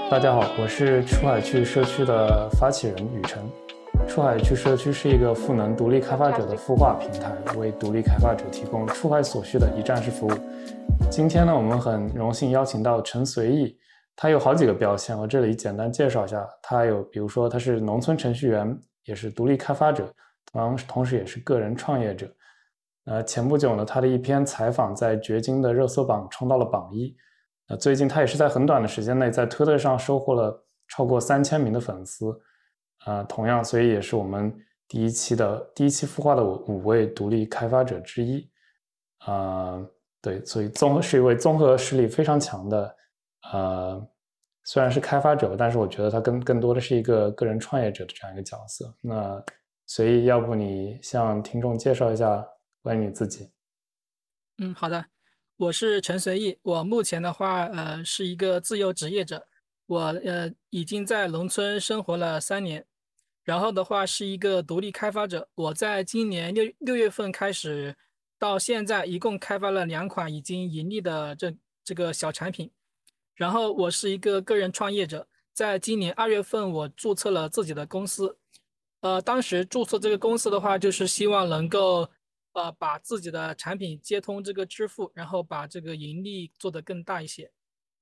大家好，我是出海趣社区的发起人雨辰。出海趣社区是一个赋能独立开发者的孵化平台，为独立开发者提供出海所需的一站式服务。今天呢，我们很荣幸邀请到陈随意，他有好几个标签，我这里简单介绍一下。他有，比如说他是农村程序员，也是独立开发者，同时也是个人创业者。前不久呢，他的一篇采访在掘金的热搜榜冲到了榜一。最近他也是在很短的时间内在推特上收获了超过3000名的粉丝。同样，所以也是我们第一期孵化的5位独立开发者之一。对，所以是一位综合实力非常强的，虽然是开发者，但是我觉得他更多的是一个个人创业者的这样一个角色。那随意，要不你向听众介绍一下关于你自己？ 好的，我是陈随意。我目前的话，是一个自由职业者。我已经在农村生活了3年，然后的话是一个独立开发者。我在今年六月份开始，到现在一共开发了2款已经盈利的这个小产品。然后我是一个个人创业者，在今年2月份我注册了自己的公司。当时注册这个公司的话，就是希望能够把自己的产品接通这个支付，然后把这个盈利做得更大一些。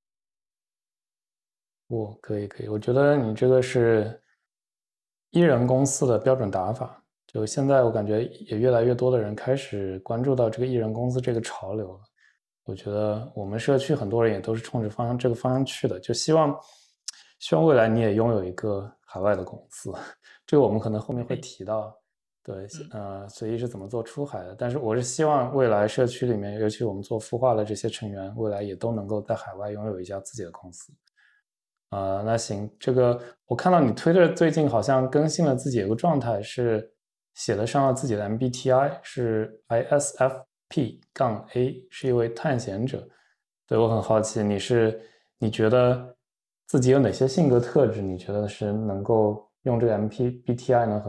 可以，我觉得你这个是艺人公司的标准打法。就现在我感觉也越来越多的人开始关注到这个艺人公司这个潮流了。我觉得我们社区很多人也都是冲着这个方向去的，就希望未来你也拥有一个海外的公司。这个我们可能后面会对， 提到。对， 嗯随意是怎么做出海的，但是我是希望未来社区里面，尤其我们做孵化的这些成员，未来也都能够在海外拥有一家自己的公司。那行，这个我看到你推特最近好像更新了自己有个状态，是写了上了自己的 MBTI，是 ISFP-A，是一位探险者。对，我很好奇，你觉得自己有哪些性格特质？你觉得是能够用这个 MBTI 能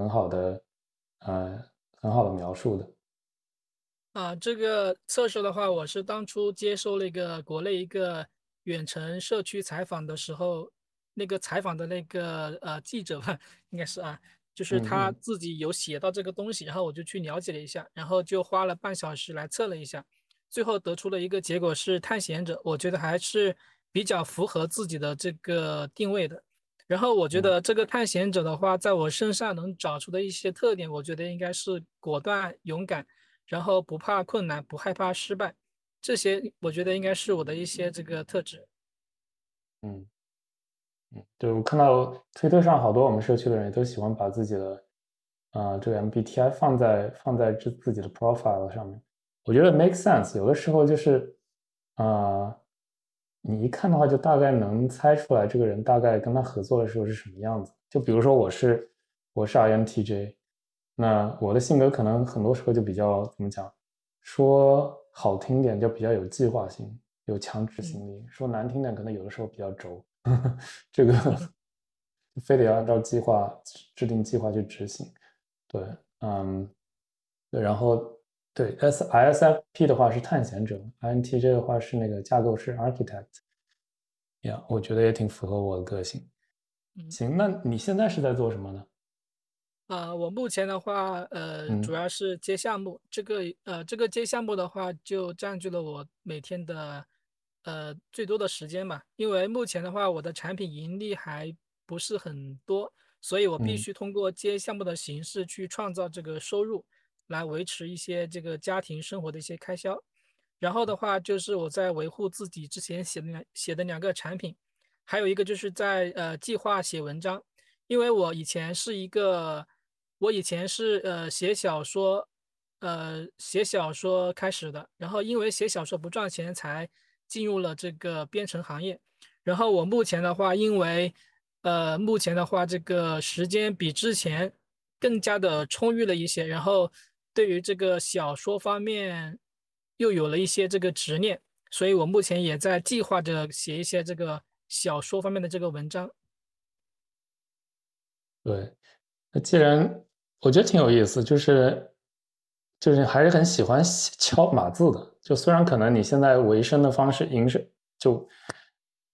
很好的描述的？ 这个测试的话，我是当初接受那个国内一个远程社区采访的时候，那个采访的那个记者吧，应该是就是他嗯嗯自己有写到这个东西，然后我就去了解了一下，然后就花了半小时来测了一下，最后得出了一个结果是探险者，我觉得还是比较符合自己的这个定位的。然后我觉嗯。 得这个探险者的话，在我身上能找出的一些特点，我觉得应该是果断、勇敢。然后不怕困难，不害怕失败，这些我觉得应该是我的一些这个特质。 嗯对，我看到推特上好多我们社区的人也都喜欢把自己的这个 MBTI 放在自己的 profile 上面。我觉得 make sense，有的时候就是你一看的话就大概能猜出来这个人大概跟他合作的时候是什么样子。就比如说我是 INTJ，那我的性格可能很多时候就比较怎么讲，说好听点就比较有计划性，有强执嗯行力；说难听点可能有的时候比较轴。这个非得要按照制定计划去执行。对，嗯，对，然后对 ISFP 的话是探险者，INTJ 的话是那个架构师 architect。呀，我觉得也挺符合我的个性。 嗯。 行，那你现在是在做什么呢？ 我目前的话，主嗯要是接项目。这个接项目的话，就占据了我每天的最多的时间吧。因为目前的话，我的产品盈利还不是很多，所以我必嗯须通过接项目的形式去创造这个收入，来维持一些这个家庭生活的一些开销。然后的话，就是我在维护自己之前写的2个产品，还有一个就是在计划写文章。因为我以前是写小说开始的，然后因为写小说不赚钱，才进入了这个编程行业。然后我目前的话，因为目前的话这个时间比之前更加的充裕了一些，然后对于这个小说方面又有了一些这个执念，所以我目前也在计划着写一些这个小说方面的这个文章。 对，那既然我觉得挺有意思，就是还是很喜欢敲码字的。就虽然可能你现在维生的方式，营生就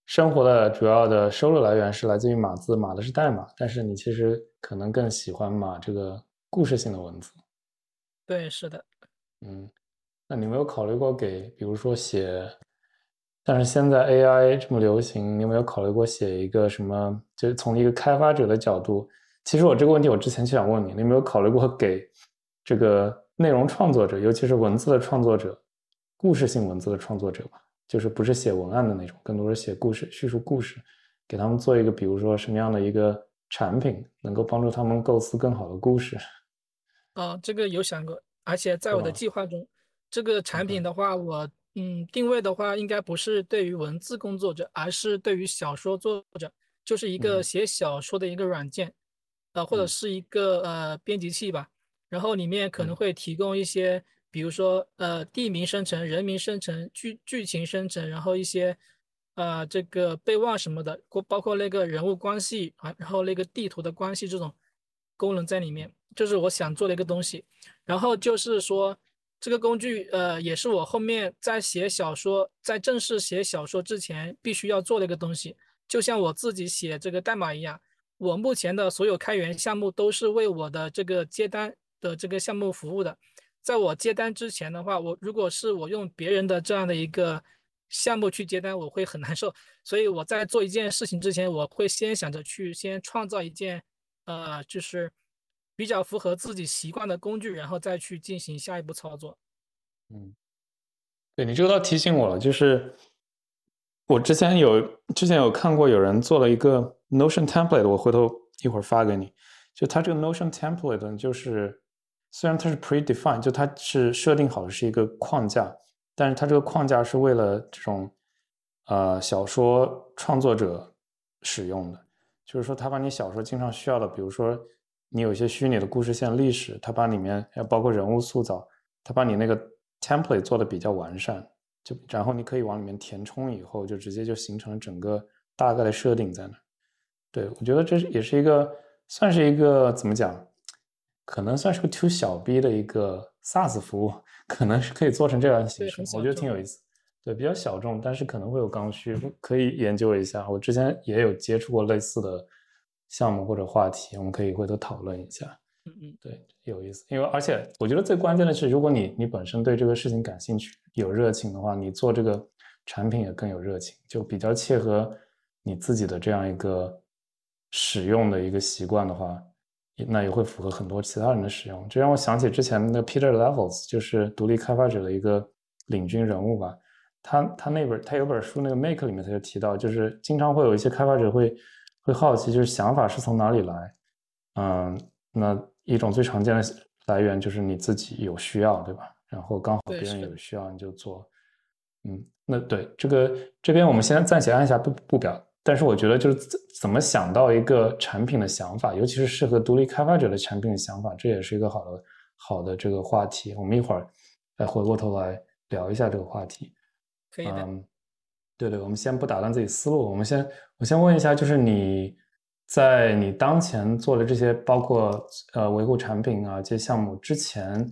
生活的主要的收入来源是来自于码字，码的是代码，但是你其实可能更喜欢码这个故事性的文字。 对，是的。 嗯，那你有没有考虑过给，比如说写，但是现在 AI 这么流行，你有没有考虑过写一个什么，就是从一个开发者的角度？其实我这个问题我之前就想问你，你有没有考虑过给这个内容创作者，尤其是文字的创作者，故事性文字的创作者吧，就是不是写文案的那种，更多是写故事、叙述故事，给他们做一个，比如说什么样的一个产品，能够帮助他们构思更好的故事， 这个有想过，而且在我的对吧？ 计划中，这个产品的话，我定位的话，应该不是对于文字工作者，而是对于小说作者，就是一个嗯写小说的一个软件，或者嗯是一个编辑器吧。然后里面可能嗯会提供一些，比如说地名生成、人名生成、剧情生成，然后一些这个备忘什么的，包括那个人物关系啊，然后那个地图的关系这种功能在里面，就是我想做的一个东西。然后就是说，这个工具也是我后面在写小说，在正式写小说之前必须要做的一个东西，就像我自己写这个代码一样。我目前的所有开源项目都是为我的这个接单的这个项目服务的。在我接单之前的话，如果是我用别人的这样的一个项目去接单，我会很难受。所以我在做一件事情之前，我会先想着去先创造一件就是比较符合自己习惯的工具，然后再去进行下一步操作。 嗯。对你这个倒提醒我了，就是我之前有看过有人做了一个 Notion template，我回头一会儿发给你。就它这个 Notion template 呢，就是虽然它是 predefined，就它是设定好的是一个框架，但是它这个框架是为了这种小说创作者使用的。就是说，它把你小说经常需要的，比如说你有一些虚拟的故事线历史，它把里面包括人物塑造，它把你那个 template 做的比较完善。然后你可以往里面填充，以后就直接就形成整个大概的设定在那。对，我觉得这也是一个算是一个怎么讲，可能算是个 to 小 B 的一个 SaaS 服务，可能是可以做成这样的形对， 式，我觉很小众。 得挺有意思。对，比较小众，但是可能会有刚需，可以研究一下。我之前也有接触过类似的项目或者话题，我们可以回头讨论一下。 嗯嗯， 对，有意思，因为而且我觉得最关键的是，如果你本身对这个事情感兴趣、有热情的话，你做这个产品也更有热情，就比较切合你自己的这样一个使用的一个习惯的话，那也会符合很多其他人的使用。这让我想起之前的 Peter Levels，就是独立开发者的一个领军人物吧。他有本书，那个 Make 里面他就提到，就是经常会有一些开发者会好奇，就是想法是从哪里来。那一种最常见的来源就是你自己有需要，对吧？然后刚好对， 别人是的。 有需要你就做。那对这边我们先暂且按下不表。但是我觉得就是怎么想到一个产品的想法，尤其是适合独立开发者的产品的想法，这也是一个好的这个话题。我们一会儿再回过头来聊一下这个话题。 可以的。 嗯，对对，我们先不打断自己思路，我先问一下，就是你在你当前做的这些，包括维护产品啊这些项目之前，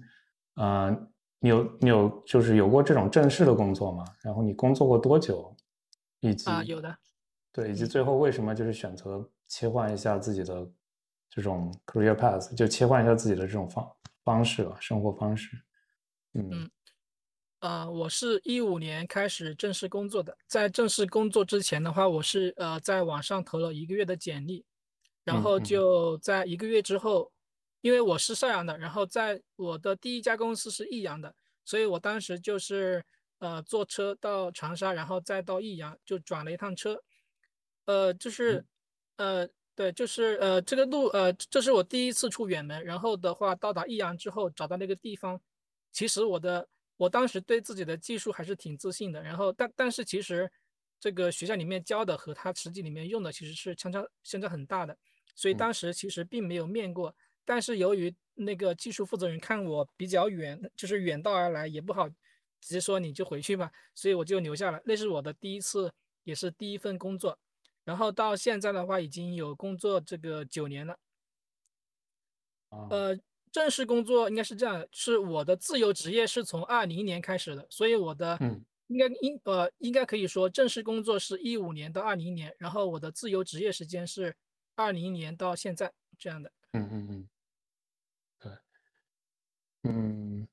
你有就是有过这种正式的工作吗？然后你工作过多久？以及有的。 对，以及嗯。 最后为什么就是选择切换一下自己的这种 career path，就切换一下自己的这种方式吧，生活方式。嗯嗯。我是15年开始正式工作的，在正式工作之前的话，我是在网上投了1个月的简历，然后嗯嗯就在1个月之后，因为我是邵阳的，然后在我的第一家公司是益阳的，所以我当时就是坐车到长沙，然后再到益阳，就转了一趟车。就是嗯对，就是这个路这是我第一次出远门，然后的话到达益阳之后找到那个地方，其实我当时对自己的技术还是挺自信的，然后但是其实这个学校里面教的和他实际里面用的其实是相差很大的，所以嗯当时其实并没有面过，但是由于那个技术负责人看我比较远，就是远道而来，也不好直接说你就回去吧，所以我就留下了。那是我的第一次，也是第一份工作。然后到现在的话，已经有工作这个9年了。 啊呃，正式工作应该是这样的，是我的自由职业是从20年开始的，所以我的嗯应该可以说正式工作是15年到20年，然后我的自由职业时间是20年到现在这样的。 嗯嗯嗯，对，嗯，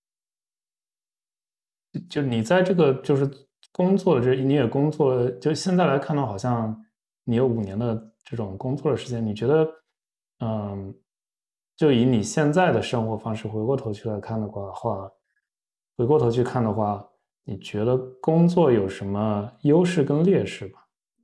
就你在这个就是工作这，你也工作了，就现在来看的话，好像你有5年的这种工作的时间，你觉得，嗯，就以你现在的生活方式回过头去来看的话，回过头去看的话，你觉得工作有什么优势跟劣势吧？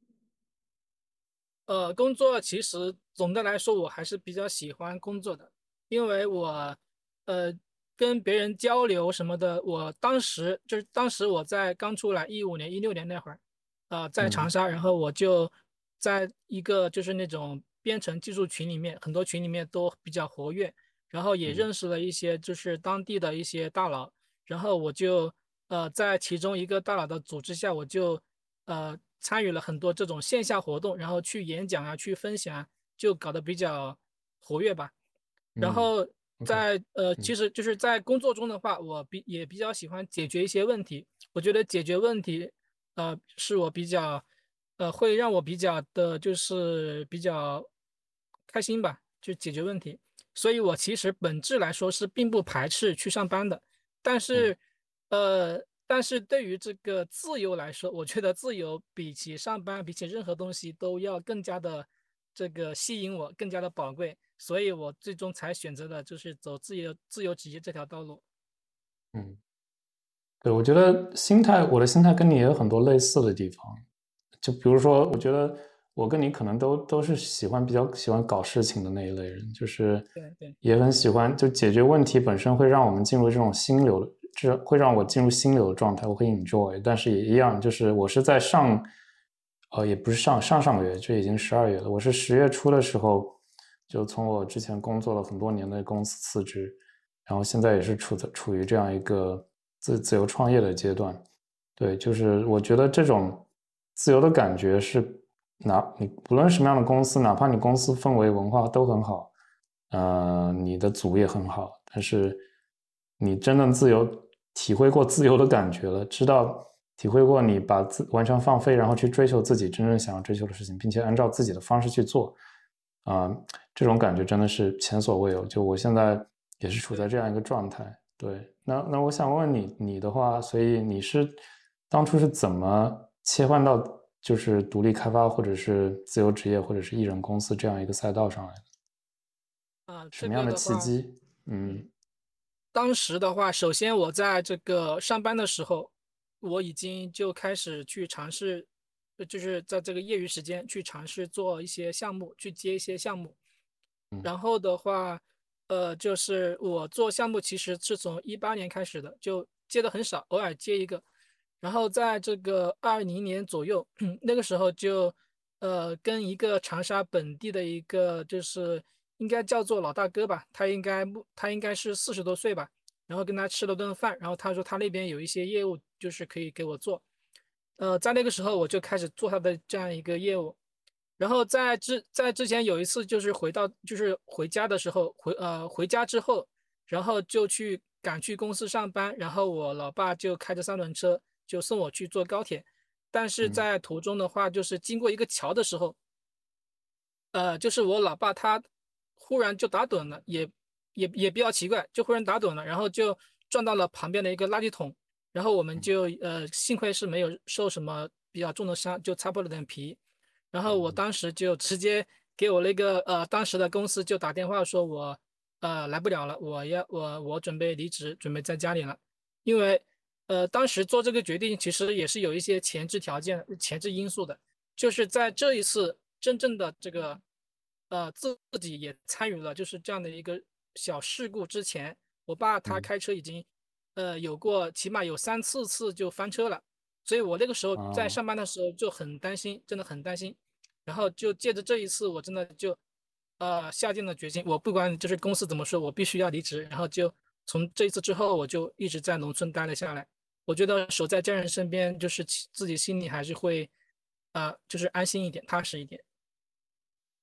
工作其实总的来说我还是比较喜欢工作的，因为我呃跟别人交流什么的，我当时我在刚出来15年16年那会儿，在长嗯沙，然后我就在一个就是那种编程技术群里面，很多群里面都比较活跃，然后也嗯认识了一些就是当地的一些大佬，然后我就在其中一个大佬的组织下，我就参与了很多这种线下活动，然后去演讲啊，去分享啊，就搞得比较活跃吧。然嗯后 ，OK， 其嗯实就是在工作中的话，也比较喜欢解决一些问题。我觉得解决问题，是我比较，会让我比较的，就是比较开心吧，就解决问题。所以我其实本质来说是并不排斥去上班的，但嗯是，但是对于这个自由来说，我觉得自由比起上班，比起任何东西都要更加的这个吸引我，更加的宝贵，所以我最终才选择了就是走自由职业这条道路。 嗯。对，我觉得我的心态跟你也有很多类似的地方。就比如说，我觉得我跟你可能都是比较喜欢搞事情的那一类人，就是对对。 也很喜欢就解决问题本身会让我们进入这种心流的，这会让我进入心流的状态，我会 enjoy。但是也一样，就是我是在也不是上个月，这已经12月了。我是10月初的时候就从我之前工作了很多年的公司辞职，然后现在也是处于这样一个自由创业的阶段。对，就是我觉得这种自由的感觉是，你不论什么样的公司，哪怕你公司氛围文化都很好，你的组也很好，但是你真正体会过自由的感觉了，体会过你把完全放飞，然后去追求自己真正想要追求的事情，并且按照自己的方式去做，这种感觉真的是前所未有。就我现在也是处在对。 这样一个状态。对，那我想问你，你的话，所以你是当初是怎么切换到就是独立开发或者是自由职业或者是艺人公司这样一个赛道上来的？什这么样的个的话， 契机？嗯嗯。当时的话，首先我在这个上班的时候，我已经就开始去尝试，就是在这个业余时间去尝试做一些项目，去接一些项目。 嗯然后的话，就是我做项目其实是从18年开始的，就接的很少，偶尔接一个。然后在这个20年左右，那个时候就跟一个长沙本地的一个就是应该叫做老大哥吧，他应该是40多岁吧，然后跟他吃了顿饭，然后他说他那边有一些业务就是可以给我做，在那个时候我就开始做他的这样一个业务。然后在之前有一次就是回家的时候回家之后，然后就赶去公司上班，然后我老爸就开着3轮车就送我去坐高铁，但是嗯在途中的话，就是经过一个桥的时候，就是我老爸他忽然就打盹了，也比较奇怪，就忽然打盹了，然后就撞到了旁边的一个垃圾桶，然后我们就幸亏是没有受什么比较重的伤，就擦破了点皮。然后我嗯当时就直接给我那个当时的公司就打电话说我来不了了，我准备离职，准备在家里了，因为当时做这个决定其实也是有一些前置条件、前置因素的，就是在这一次真正的这个自己也参与了就是这样的一个小事故之前，我爸他嗯开车已经起码有3、4次就翻车了。所以我那个时候在啊上班的时候就很担心，真的很担心。然后就借着这一次，我真的就下定了决心，我不管就是公司怎么说，我必须要离职。然后就从这一次之后，我就一直在农村待了下来。我觉得守在家人身边，就是自己心里还是会就是安心一点，踏实一点。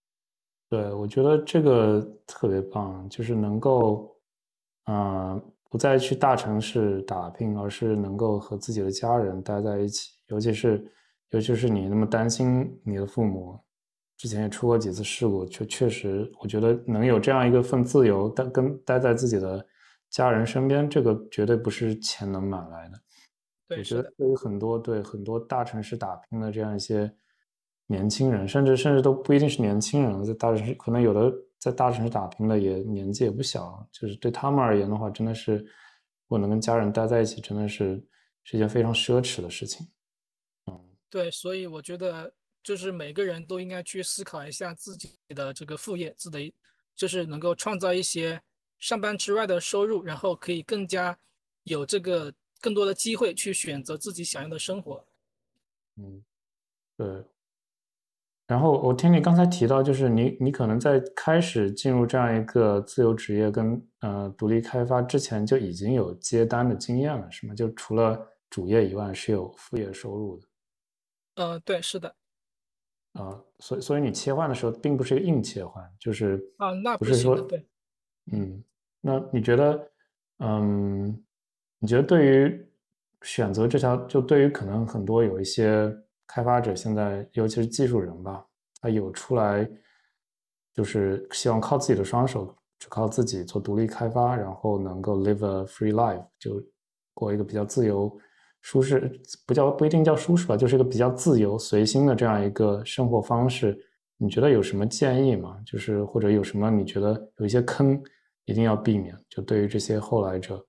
对，我觉得这个特别棒，就是能够， 不再去大城市打拼，而是能够和自己的家人待在一起，尤其是你那么担心你的父母，之前也出过几次事故，确实，我觉得能有这样一个份自由，待在自己的家人身边，这个绝对不是钱能买来的。我对， 觉得是的。 对很多大城市打拼的这样一些年轻人，甚至都不一定是年轻人，在大城市可能有的在大城市打拼的也年纪也不小，就是对他们而言的话，真的是我能跟家人待在一起，真的是一件非常奢侈的事情。 对，所以我觉得就是每个人都应该去思考一下自己的这个副业，就是能够创造一些上班之外的收入，然后可以更加有这个更多的机会去选择自己想要的生活。 嗯，对。然后我听你刚才提到，就是你可能在开始进入这样一个自由职业跟独立开发之前就已经有接单的经验了，是吗？就除了主业以外是有副业收入的。 对，是的。 所以你切换的时候并不是一个硬切换，就是那不是说， 不行的。对。 嗯，那你觉得，嗯，你觉得对于选择这条，就对于可能很多有一些开发者现在，尤其是技术人吧，他有出来，就是希望靠自己的双手，只靠自己做独立开发，然后能够 live a free life，就过一个比较自由、舒适，不一定叫舒适吧，就是一个比较自由、随心的这样一个生活方式。你觉得有什么建议吗？就是或者有什么你觉得有一些坑一定要避免？就对于这些后来者。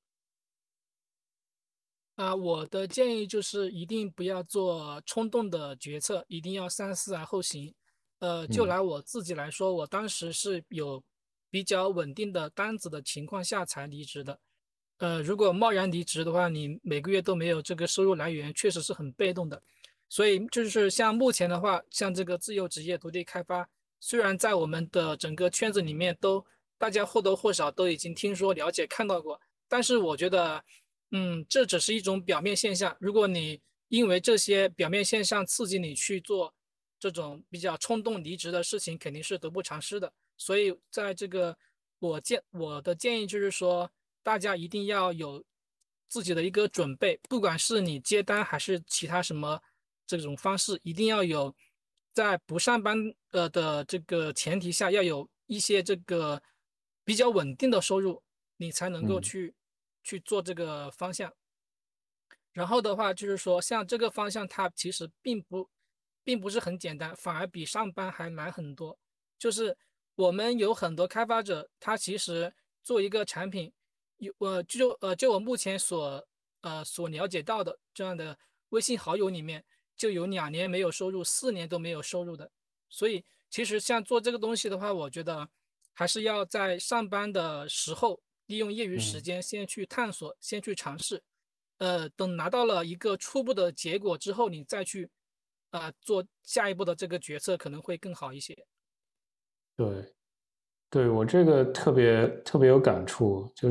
我的建议就是一定不要做冲动的决策，一定要三思而后行。就嗯拿我自己来说，我当时是有比较稳定的单子的情况下才离职的。如果贸然离职的话，你每个月都没有这个收入来源，确实是很被动的。所以就是像目前的话，像这个自由职业独立开发，虽然在我们的整个圈子里面大家或多或少都已经听说、了解、看到过，但是我觉得。这只是一种表面现象。如果你因为这些表面现象刺激你去做这种比较冲动离职的事情，肯定是得不偿失的。所以，在这个我的建议就是说，大家一定要有自己的一个准备，不管是你接单还是其他什么这种方式，一定要有在不上班的这个前提下，要有一些这个比较稳定的收入，你才能够嗯去做这个方向。然后的话就是说，像这个方向，它其实并不是很简单，反而比上班还难很多。就是我们有很多开发者，他其实做一个产品，就我目前所了解到的这样的微信好友里面，就有2年没有收入，4年都没有收入的。所以其实像做这个东西的话，我觉得还是要在上班的时候，利用业余时嗯。 间先去探索，先去尝试。等拿到了一个初步的结果之后，你再去做下一步的这个决策，可能会更好一些。 对。对，我这个特别有感触，就是，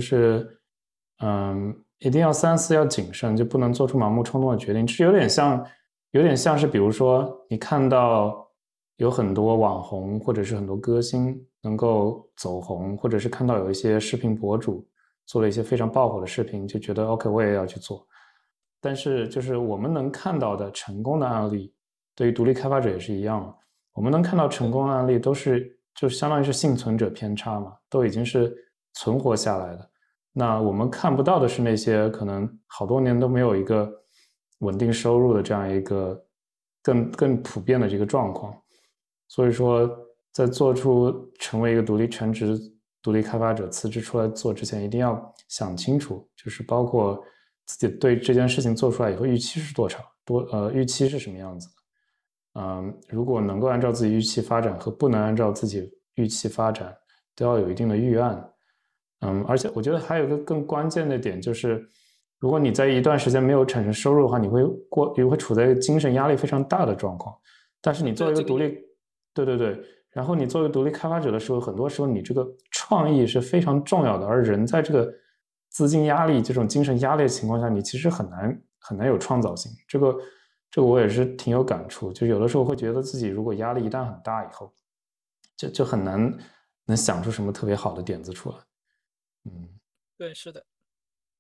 一定要三思，要谨慎，就不能做出盲目冲动的决定。这有点像是，比如说你看到有很多网红或者是很多歌星能够走红，或者是看到有一些视频博主做了一些非常爆火的视频，就觉得 OK，我也要去做。但是就是我们能看到的成功的案例，对于独立开发者也是一样。我们能看到成功案例都是就相当于是幸存者偏差嘛，都已经是存活下来的。那我们看不到的是那些可能好多年都没有一个稳定收入的这样一个更普遍的这个状况。所以说，在做出成为一个全职独立开发者辞职出来做之前，一定要想清楚，就是包括自己对这件事情做出来以后预期是多长，预期是什么样子的。如果能够按照自己预期发展和不能按照自己预期发展，都要有一定的预案。而且我觉得还有一个更关键的点就是，如果你在一段时间没有产生收入的话，你会处在一个精神压力非常大的状况。但是你作为对，这个有。 一个独立，对对对，然后你作为独立开发者的时候，很多时候你这个创意是非常重要的，而人在这个资金压力、这种精神压力的情况下，你其实很难有创造性。这个我也是挺有感触，就是有的时候会觉得自己如果压力一旦很大以后，就很难能想出什么特别好的点子出来。嗯。 对，是的。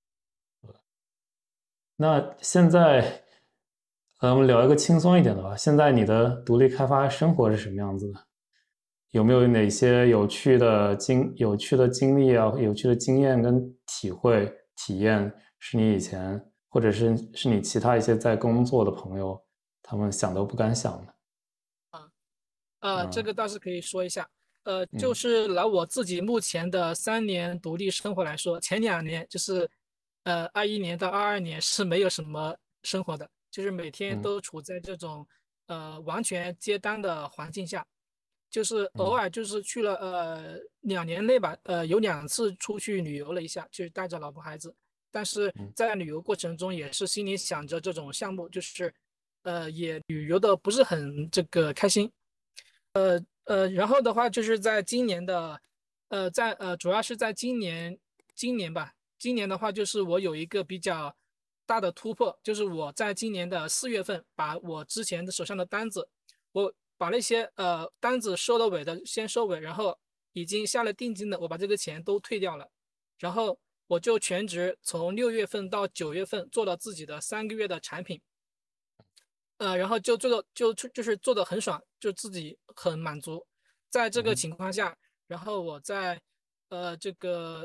那现在，我们聊一个轻松一点的吧。现在你的独立开发生活是什么样子的？有没有哪些有趣的经历啊、有趣的经验跟体验，是你以前或者是你其他一些在工作的朋友，他们想都不敢想的？ 这嗯个倒是可以说一下。就嗯是拿我自己目前的3年独立生活来说，前2年就是21年到22年是没有什么生活的，就是每天嗯都处在这种完全接单的环境下，就是偶嗯尔就是去了2年内吧，有2次出去旅游了一下，就是带着老婆孩子，但是嗯在旅游过程中也是心里想着这种项目，就是也旅游的不是很这个开心。然后的话就是在今年的，主要是在今年吧。今年的话，就是我有一个比较大的突破，就是我在今年的4月份，把我之前的手上的单子，我把那些单子收了尾的先收尾，然后已经下了定金的，我把这个钱都退掉了，然后我就全职从6月份到9月份做了自己的3个月的产品。然后就做的就是做的很爽，就自己很满足。在这个嗯情况下，然后我这个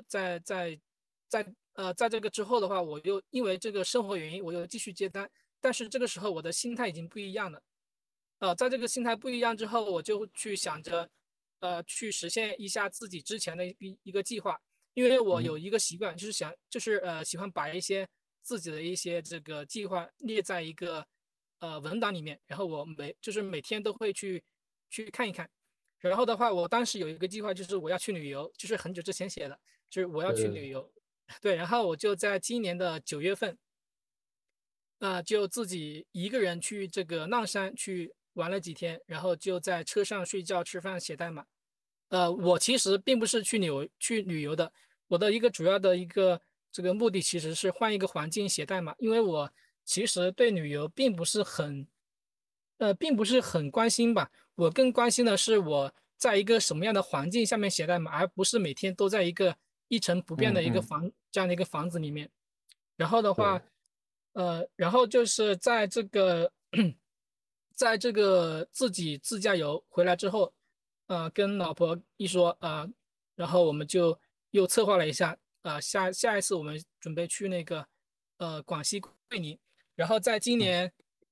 在这个之后的话，我又因为这个生活原因，我又继续接单。但是这个时候我的心态已经不一样了。在这个心态不一样之后，我就去想着，去实现一下自己之前的一个计划。因为我嗯有一个习惯，就是喜欢把一些自己的一些这个计划列在一个文档里面，然后我就是每天都会去看一看。然后的话，我当时有一个计划，就是我要去旅游，就是很久之前写的，就是我要对对对， 去旅游。对，然后我就在今年的9月份，就自己一个人去这个浪山去玩了几天，然后就在车上睡觉、吃饭、写代码。我其实并不是去旅游的，我的一个主要的一个这个目的其实是换一个环境写代码，因为我其实对旅游并不是很关心吧，我更关心的是我在一个什么样的环境下面写代码，而不是每天都在一个一成不变的一个嗯嗯这样的一个房子里面。然后的对， 话，然后就是在这个自己自驾游回来之后，跟老婆一说然后我们就又策划了一下，下一次我们准备去那个广西桂林，然后在今嗯年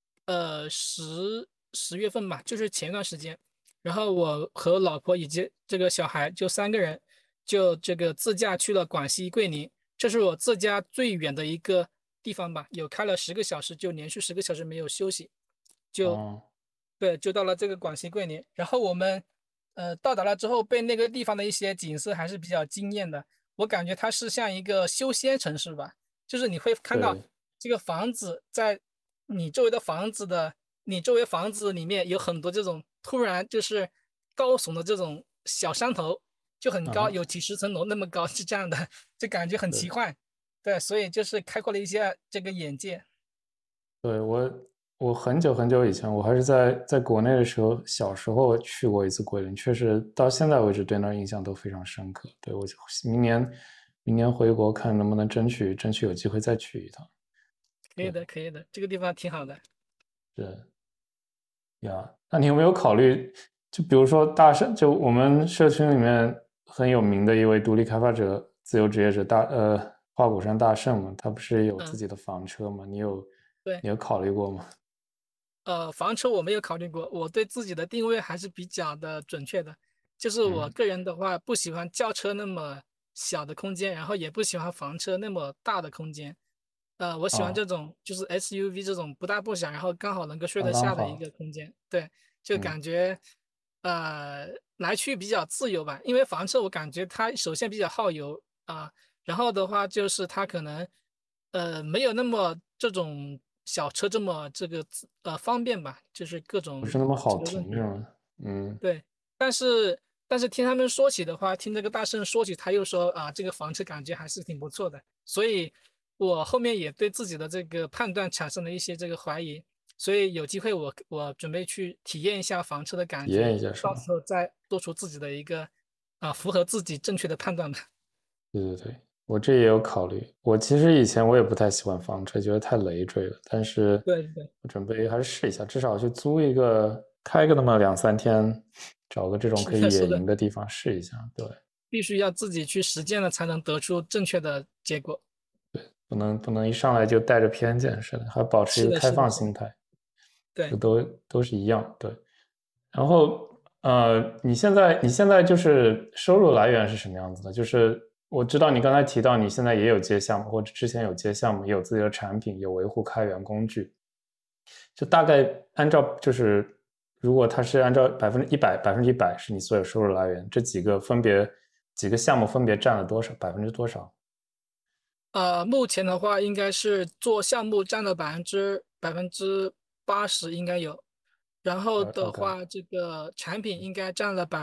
十月份吧，就是前一段时间，然后我和老婆以及这个小孩就3个人就这个自驾去了广西桂林，这是我自驾最远的一个地方吧，有开了10个小时，就连续10个小时没有休息，就哦， 对，就到了这个广西桂林。然后我们到达了之后，被那个地方的一些景色还是比较惊艳的。我感觉它是像一个修仙城市吧，就是你会看到对， 这个房子在你周围的房子的，你周围房子里面有很多这种突然就是高耸的这种小山头，就很高， 啊哈， 有几十层楼那么高，是这样的，就感觉很奇对。 幻。对，所以就是开阔了一下这个眼界。 对，我很久很久以前，我还是在国内的时候，小时候去过一次桂林，确实到现在为止对那儿印象都非常深刻。对，我就明年回国看能不能争取有机会再去一趟。对， 可以的，可以的，这个地方挺好的。 是呀。那你有没有考虑，就比如说大圣，就我们社区里面很有名的一位独立开发者、自由职业者花果山大圣嘛，他不是有自嗯， 己的房车吗？你有对。 你有考虑过吗？ 房车我没有考虑过，我对自己的定位还是比较的准确的。就是我嗯， 个人的话，不喜欢轿车那么小的空间，然后也不喜欢房车那么大的空间。我喜欢啊， 这种就是 SUV 这种不大不小，然后刚好能够睡刚得下的一刚好。 个空间。对，就嗯。 感觉来去比较自由吧。因为房车我感觉它首先比较耗油然后的话就是它可能没有那么这种小车这么这个方便吧，就是各种不是那么好这个问题。 停是吗？嗯， 对，但是听他们说起的话，听这个大圣说起，他又说这个房车感觉还是挺不错的，所以我后面也对自己的这个判断产生了一些这个怀疑，所以有机会我准备去体验一下房车的感体验觉， 一下是吗？ 到时候再做出自己的一个符合自己正确的判断吧。 对对对， 我这也有考虑。我其实以前我也不太喜欢房车，觉得太累赘了。但是对对， 我准备还是试一下，至少去租一个，开个那么2、3天，找个这种是的， 可以野是的， 营的地方试一下。对， 必须要自己去实践了，才能得出正确的结果。 不能一上来就带着偏见似的，还保持一是的， 个开是的，是的， 放心态，这对。 都是一样。对，然后你现在就是收入来源是什么样子的？就是我知道你刚才提到你现在也有接项目，或者之前有接项目，也有自己的产品，有维护开源工具。就大概按照就是如果它是按照100%是你所有收入来源，这几个项目分别占了多少？多少目前的话应该是做项目占了80%应该有，然后的 ？OK， 话，这个产品应该占了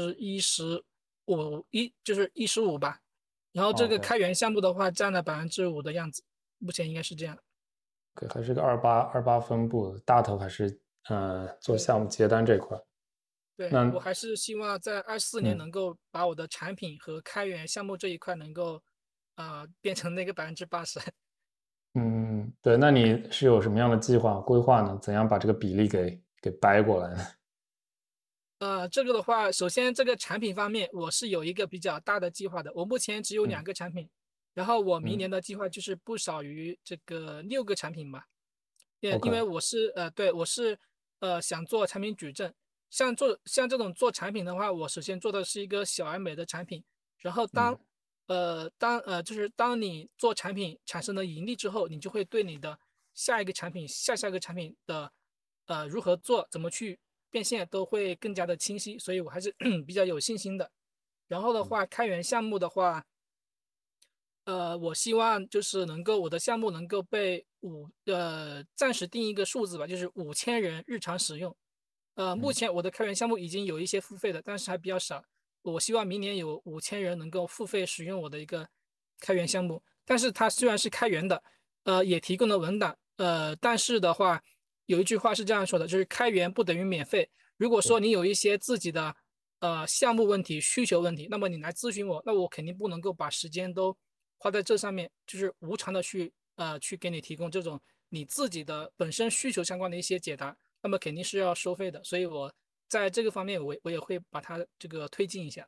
15%，就是15吧。然后这个 OK， 开源项目的话占了5%的样子，目前应该是这样。 对，还是个二八分布，大头还是做对项目接单这块。 对， 那我还是希望在24年嗯能够把我的产品和开源项目这一块能够变成那个80%。 嗯，对，那你是有什么样的计划规划呢？怎样把这个比例给掰过来呢？ 这个的话，首先这个产品方面，我是有一个比较大的计划的。我目前只有嗯 2个产品，然后我明嗯年的计划就是不少于这个6个产品吧。因为 ，OK， 对，我是想做产品矩阵，像这种做产品的话，我首先做的是一个小而美的产品，然后嗯就是当你做产品产生了盈利之后，你就会对你的下一个产品、下个产品的如何做、怎么去变现都会更加的清晰，所以我还是比较有信心的。然后的嗯话，开源项目的话。我希望就是我的项目能够被暂时定一个数字吧，就是5000人日常使用。目嗯前我的开源项目已经有一些付费的，但是还比较少。我希望明年有5000人能够付费使用我的一个开源项目。但是它虽然是开源的，也提供了文档，但是的话，有一句话是这样说的，就是开源不等于免费。如果说对你有一些自己的项目问题、需求问题，那么你来咨询我，那我肯定不能够把时间都花在这上面，就是无偿的去给你提供这种你自己的本身需求相关的一些解答，那么肯定是要收费的。所以我在这个方面我也会把它这个推进一下。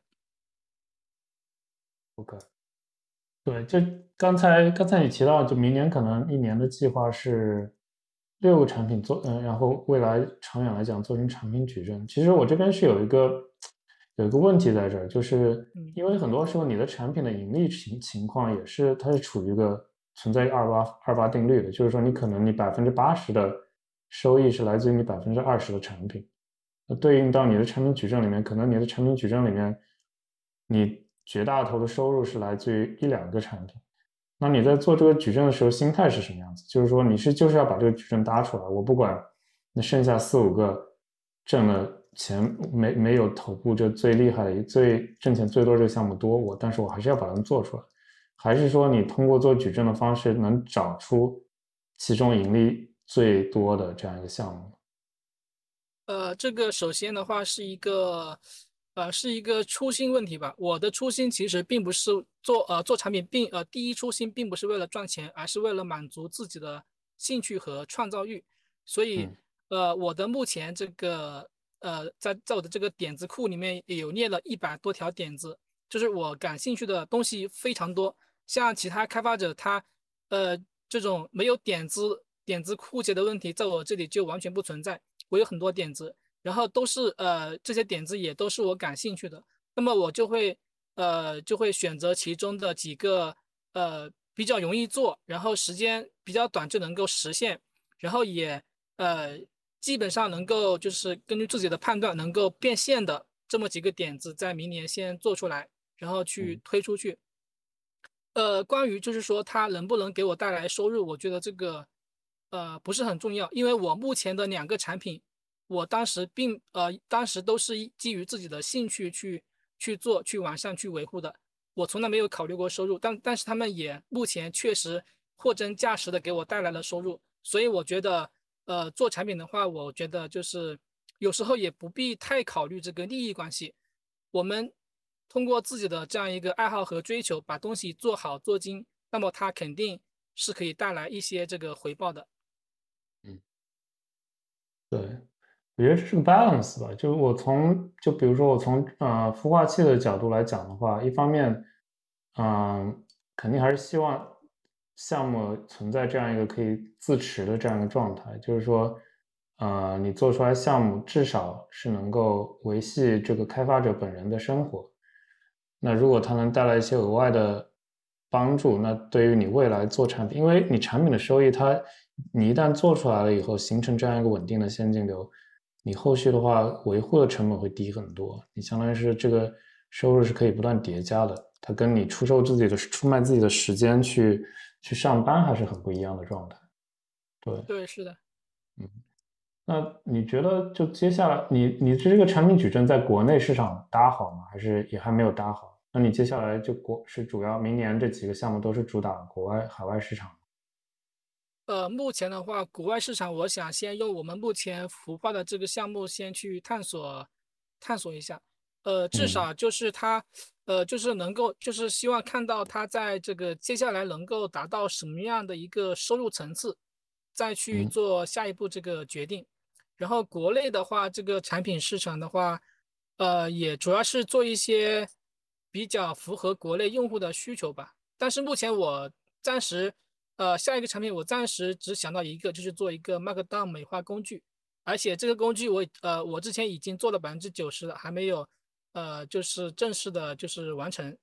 ，OK。对，就刚才你提到，就明年可能一年的计划是6个产品做，然后未来长远来讲做成产品矩阵。其实我这边是有一个问题在这儿，就是嗯因为很多时候你的产品的盈利情况也是它是处于一个存在一个二八定律的，就是说你可能80%的收益是来自于你20%的产品，那对应到你的产品矩阵里面，可能你的产品矩阵里面，你绝大头的收入是来自于1、2个产品。那你在做这个矩阵的时候，心态是什么样子？就是说，就是要把这个矩阵搭出来，我不管那剩下4、5个挣了钱没有头部这最厉害的、最挣钱最多这个项目多，但是我还是要把它们做出来。还是说，你通过做矩阵的方式，能找出其中盈利最多的这样一个项目？ 这个首先的话是一个初心问题吧。我的初心其实并不是做产品，第一初心并不是为了赚钱，而是为了满足自己的兴趣和创造欲。所以嗯我的目前这个在我的这个点子库里面有列了100多条点子，就是我感兴趣的东西非常多。像其他开发者他这种没有点子库节的问题，在我这里就完全不存在。我有很多点子，然后这些点子也都是我感兴趣的，那么我就会选择其中的几个比较容易做，然后时间比较短就能够实现，然后也呃基本上能够就是根据自己的判断能够变现的这么几个点子，在明年先做出来，然后去嗯推出去。关于就是说它能不能给我带来收入，我觉得这个不是很重要，因为我目前的2个产品，我当时都是基于自己的兴趣去做、去完善、去维护的，我从来没有考虑过收入，但是他们也目前确实货真价实的给我带来了收入，所以我觉得做产品的话，我觉得就是有时候也不必太考虑这个利益关系，我们通过自己的这样一个爱好和追求，把东西做好做精，那么它肯定是可以带来一些这个回报的。 嗯，对，我觉得这是个 balance 吧。就比如说我从孵化器的角度来讲的话，一方面，肯定还是希望项目存在这样一个可以自持的这样一个状态，就是说，你做出来项目至少是能够维系这个开发者本人的生活。那如果它能带来一些额外的帮助，那对于你未来做产品，因为你产品的收益你一旦做出来了以后，形成这样一个稳定的现金流，你后续的话维护的成本会低很多。你相当于是这个收入是可以不断叠加的，它跟你出卖自己的时间去上班还是很不一样的状态。对， 对，是的。 嗯，那你觉得就接下来你这个产品矩阵在国内市场搭好吗？还是也还没有搭好？那你接下来是主要明年这几个项目都是主打海外市场？ 目前的话，国外市场，我想先用我们目前孵化的这个项目先去探索一下。至嗯少就是它，就是能够，就是希望看到它在这个接下来能够达到什么样的一个收入层次，再去嗯做下一步这个决定。然后国内的话，这个产品市场的话，也主要是做一些比较符合国内用户的需求吧。但是目前我暂时。下一个产品我暂时只想到一个，就是做一个 Markdown 美化工具，而且这个工具我之前已经做了90%了，还没有就是正式的就是完成。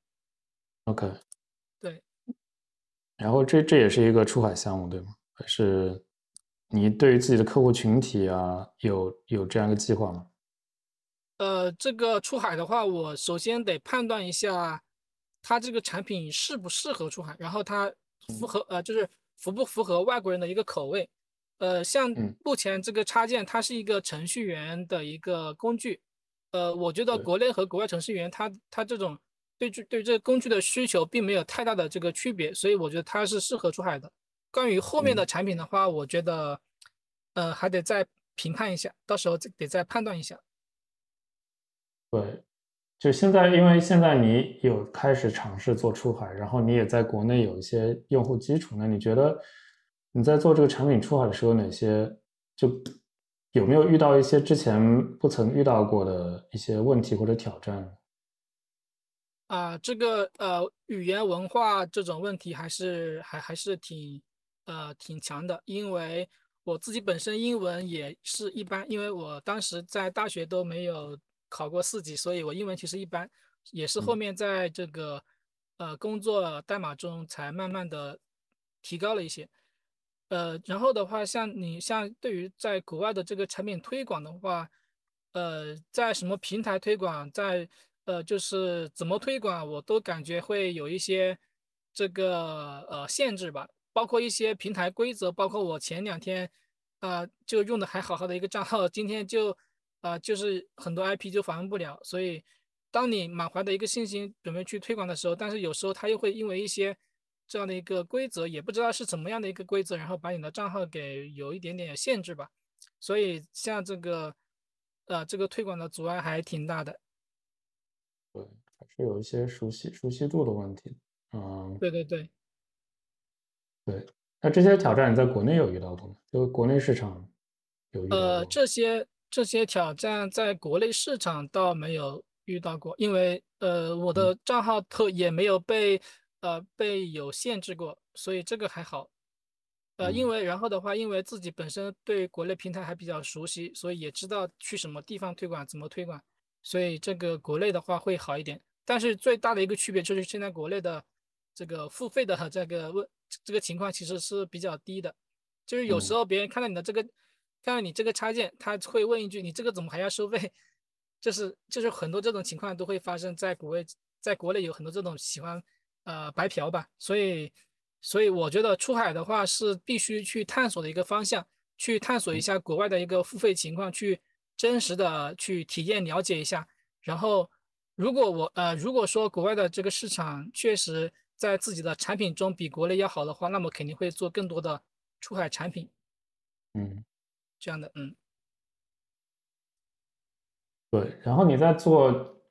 ，OK。 对。 然后这也是一个出海项目，对吗？还是你对于自己的客户群体啊，有这样一个计划吗？ 这个出海的话，我首先得判断一下它这个产品适不适合出海，然后它嗯就是符不符合外国人的一个口味。像嗯， 目前这个插件，它是一个程序员的一个工具。我觉得对， 国内和国外程序员他这种对这个工具的需求并没有太大的这个区别，所以我觉得它是适合出海的。关于后面的嗯产品的话，我觉得还得再评判一下，到时候得再判断一下。 对，就现在，因为现在你有开始尝试做出海，然后你也在国内有一些用户基础，那你觉得你在做这个产品出海的时候，就有没有遇到一些之前不曾遇到过的一些问题或者挑战？ 这个语言文化这种问题还是挺强的，因为我自己本身英文也是一般，因为我当时在大学都没有考过4级，所以我英文其实一般，也是后嗯面在这个工作代码中才慢慢的提高了一些。然后的话，像对于在国外的这个产品推广的话，在什么平台推广，就是怎么推广，我都感觉会有一些这个限制吧，包括一些平台规则，包括我前2天就用的还好好的一个账号，今天就是很多 IP 就访问不了，所以当你满怀的一个信心准备去推广的时候，但是有时候它又会因为一些这样的一个规则，也不知道是怎么样的一个规则，然后把你的账号给有一点点限制吧。所以像这个推广的阻碍还挺大的。 对，还是有一些熟悉度的问题。嗯， 对对对。 对。那这些挑战你在国内有遇到过吗？就国内市场有遇到过吗？ 这些挑战在国内市场倒没有遇到过，因为我嗯的账号也没有被有限制过，所以这个还好。因嗯为然后的话，因为自己本身对国内平台还比较熟悉，所以也知道去什么地方推广，怎么推广，所以这个国内的话会好一点。但是最大的一个区别就是现在国内的这个付费的这个情况其实是比较低的，就是有时嗯候别人看到你这个插件，他会问一句你这个怎么还要收费？就是很多这种情况都会发生在国内有很多这种喜欢白嫖吧，所以我觉得出海的话是必须去探索的一个方向，去探索一嗯下国外的一个付费情况，去真实的去体验了解一下。然后，如果说国外的这个市场确实在自己的产品中比国内要好的话，那么肯定会做更多的出海产品嗯。 这样的。嗯。 对，然后你在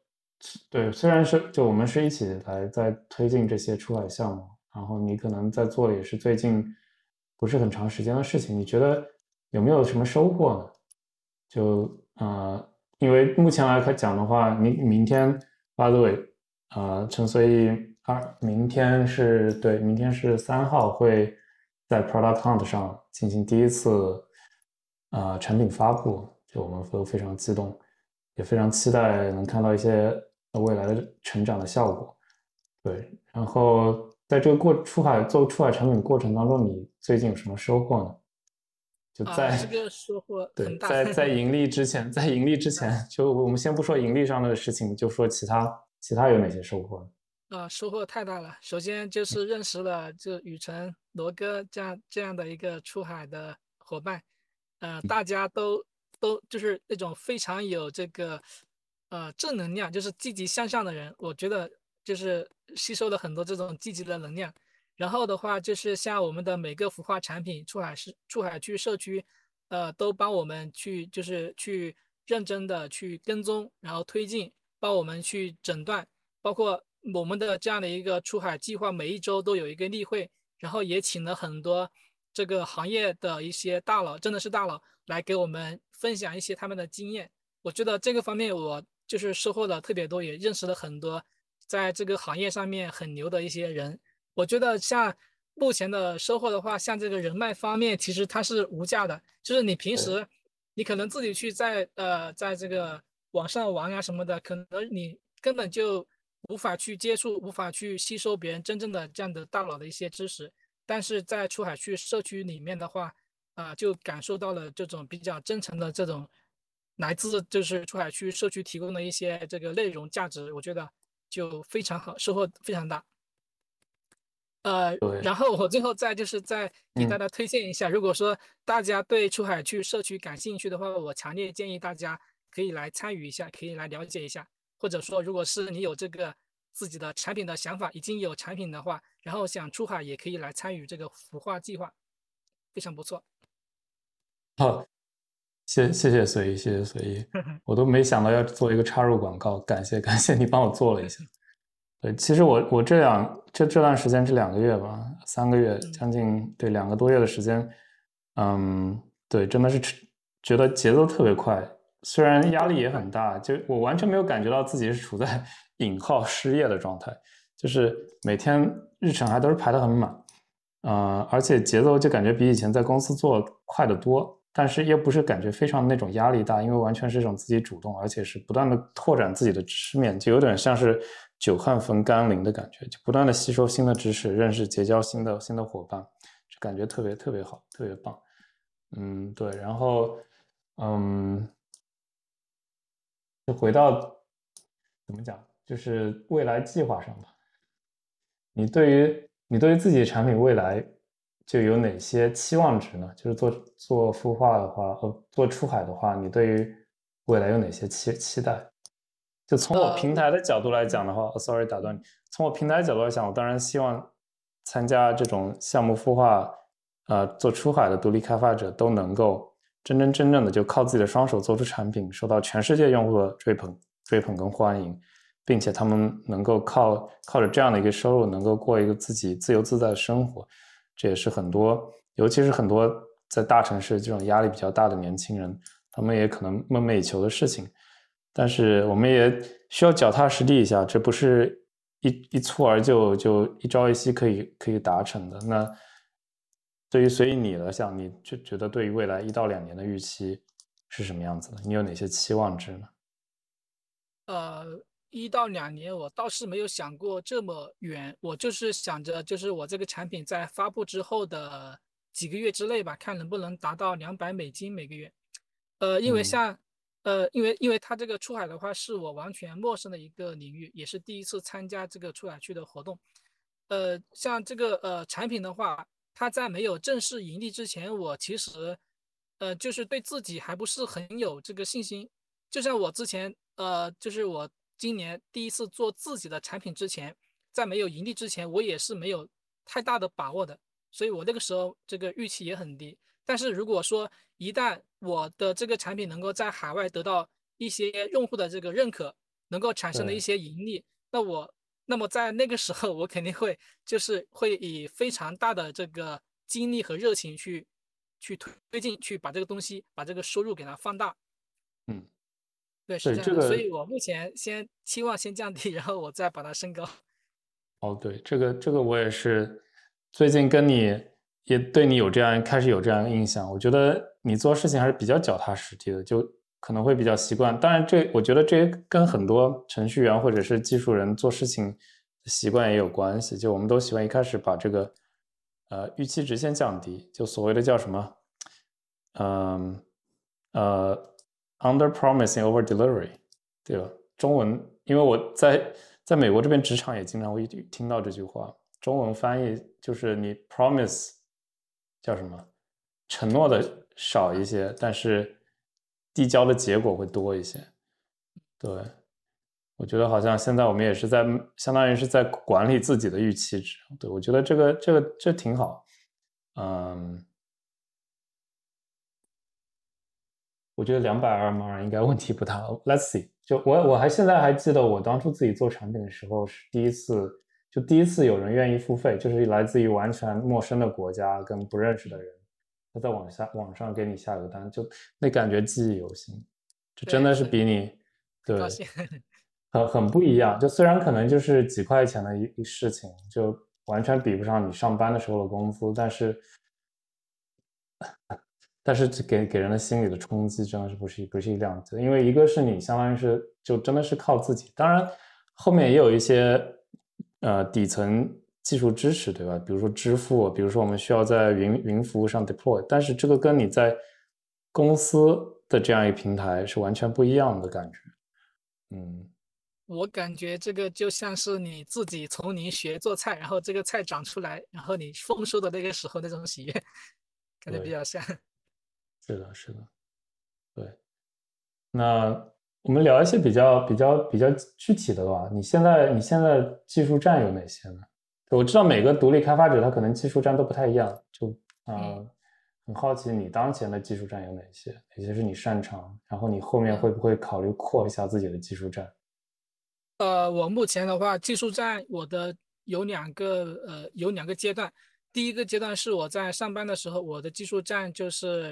对，虽然是就我们是一起来在推进这些出海项目，然后你可能在做的也是最近不是很长时间的事情，你觉得有没有什么收获呢？就因为目前来讲的话，你明天，by the way，陈随意明天是3号会在 Product Hunt 上进行第一次产品发布，就我们都非常激动，也非常期待能看到一些未来的成长的效果。对，然后在这个做出海产品过程当中，你最近有什么收获呢？就这个收获对， 很大。 在盈利之前，就我们先不说盈利上的事情，就说其他有哪些收获呢？ 收获太大了。首先就是认识了就雨辰、罗哥这样的一个出海的伙伴，大家都就是那种非常有这个正能量，就是积极向上的人。我觉得就是吸收了很多这种积极的能量。然后的话，就是像我们的每个孵化产品，出海区社区，都帮我们去认真的去跟踪，然后推进，帮我们去诊断。包括我们的这样的一个出海计划，每一周都有一个例会，然后也请了很多这个行业的一些大佬，真的是大佬来给我们分享一些他们的经验。我觉得这个方面我就是收获了特别多，也认识了很多在这个行业上面很牛的一些人。我觉得像目前的收获的话，像这个人脉方面，其实它是无价的，就是你平对， 时你可能自己去在这个网上玩啊什么的，可能你根本就无法去接触，无法去吸收别人真正的这样的大佬的一些知识。但是在出海区社区里面的话，就感受到了这种比较真诚的这种来自就是出海区社区提供的一些这个内容价值，我觉得就非常好，收获非常大。 对， 然后我最后再给大嗯， 家推荐一下，如果说大家对出海区社区感兴趣的话，我强烈建议大家可以来参与一下，可以来了解一下。或者说，如果是你有这个自己的产品的想法，已经有产品的话，然后想出海，也可以来参与这个孵化计划，非常不错。 好，谢谢随意，谢谢随意，我都没想到要做一个插入广告，感谢你帮我做了一下。对，其实我这段时间这2个月吧，3个月， 嗯将近对2个多月的时间，对，真的是觉得节奏特别快，虽然压力都很快。 也很大，就我完全没有感觉到自己是处在引号失业的状态，就是每天日程还都是排得很满，而且节奏就感觉比以前在公司做快得多，但是又不是感觉非常那种压力大，因为完全是一种自己主动，而且是不断的拓展自己的知识面，就有点像是久旱逢甘霖的感觉，就不断的吸收新的知识，认识结交新的伙伴，就感觉特别特别好，特别棒。对，然后嗯，就回到怎么讲，就是未来计划上吧。你对于自己的产品未来就有哪些期望值呢？就是做孵化的话，做出海的话，你对于未来有哪些期待？就从我平台的角度来讲嗯的话，sorry 打断你， 嗯从我平台角度来讲，我当然希望参加这种项目孵化，做出海的独立开发者都能够真正的就靠自己的双手做出产品，受到全世界用户的追捧跟欢迎。并且他们能够靠着这样的一个收入，能够过一个自己自由自在的生活，这也是很多，尤其是很多在大城市这种压力比较大的年轻人，他们也可能梦寐以求的事情。但是我们也需要脚踏实地一下，这不是一蹴而就一朝一夕可以达成的。那对于随意你来讲，你就觉得对于未来1到2年的预期是什么样子的？你有哪些期望值呢？ 1到2年，我倒是没有想过这么远，我就是想着，就是我这个产品在发布之后的几个月之内吧，看能不能达到$200每个月。因为嗯像，因为它这个出海的话，是我完全陌生的一个领域，也是第一次参加这个出海区的活动。像这个产品的话，它在没有正式盈利之前，我其实就是对自己还不是很有这个信心。就像我之前就是我今年第一次做自己的产品之前，在没有盈利之前，我也是没有太大的把握的，所以我那个时候这个预期也很低。但是如果说一旦我的这个产品能够在海外得到一些用户的这个认可， 能够产生的一对， 些盈利，那么在那个时候，我肯定会以非常大的这个精力和热情去推进，去把这个东西把这个收入给它放大。 嗯， 对，是对， 这样的，所这个以我目前先期望先降低，然后我再把它升高。 哦，对，这个我也是最近跟你也对你开始有这样的印象。我觉得你做事情还是比较脚踏实地的，就可能会比较习惯。当然我觉得这也跟很多程序员或者是技术人做事情的习惯也有关系。就我们都喜欢一开始把这个预期值先降低，就所谓的叫什么，嗯under promising over delivery，对吧？中文，因为我在美国这边职场也经常会听到这句话，中文翻译就是你 promise 叫什么，承诺的少一些，但是递交的结果会多一些。对，我觉得好像现在我们也是相当于是在管理自己的预期值。对，我觉得这挺好。嗯，我觉得220应该问题不大。Let's see，就我现在还记得我当初自己做产品的时候是第一次有人愿意付费，就是来自于完全陌生的国家跟不认识的人，他在网上给你下个单，就那感觉记忆犹新。这真对， 的是比你对很高兴。 很不一样。就虽然可能就是几块钱的一事情，就完全比不上你上班的时候的工资，但是给人的心理的冲击真的是不是一量级的，因为一个是你相当于是就真的是靠自己，当然后面也有一些底层技术支持，对吧？比如说支付，比如说我们需要在云服务上 deploy，但是这个跟你在公司的这样一个平台是完全不一样的感觉。嗯， 我感觉这个就像是你自己从零学做菜，然后这个菜长出来，然后你丰收的那个时候那种喜悦，感觉比对， 较像。 是的，是的，对。那我们聊一些比较具体的吧。你现在技术栈有哪些呢？我知道每个独立开发者他可能技术栈都不太一样， 嗯很好奇你当前的技术栈有哪些，哪些是你擅长，然后你后面会嗯。 不会考虑扩一下自己的技术栈？ 我目前的话，技术栈有两个阶段。第一个阶段是我在上班的时候，我的技术栈就是，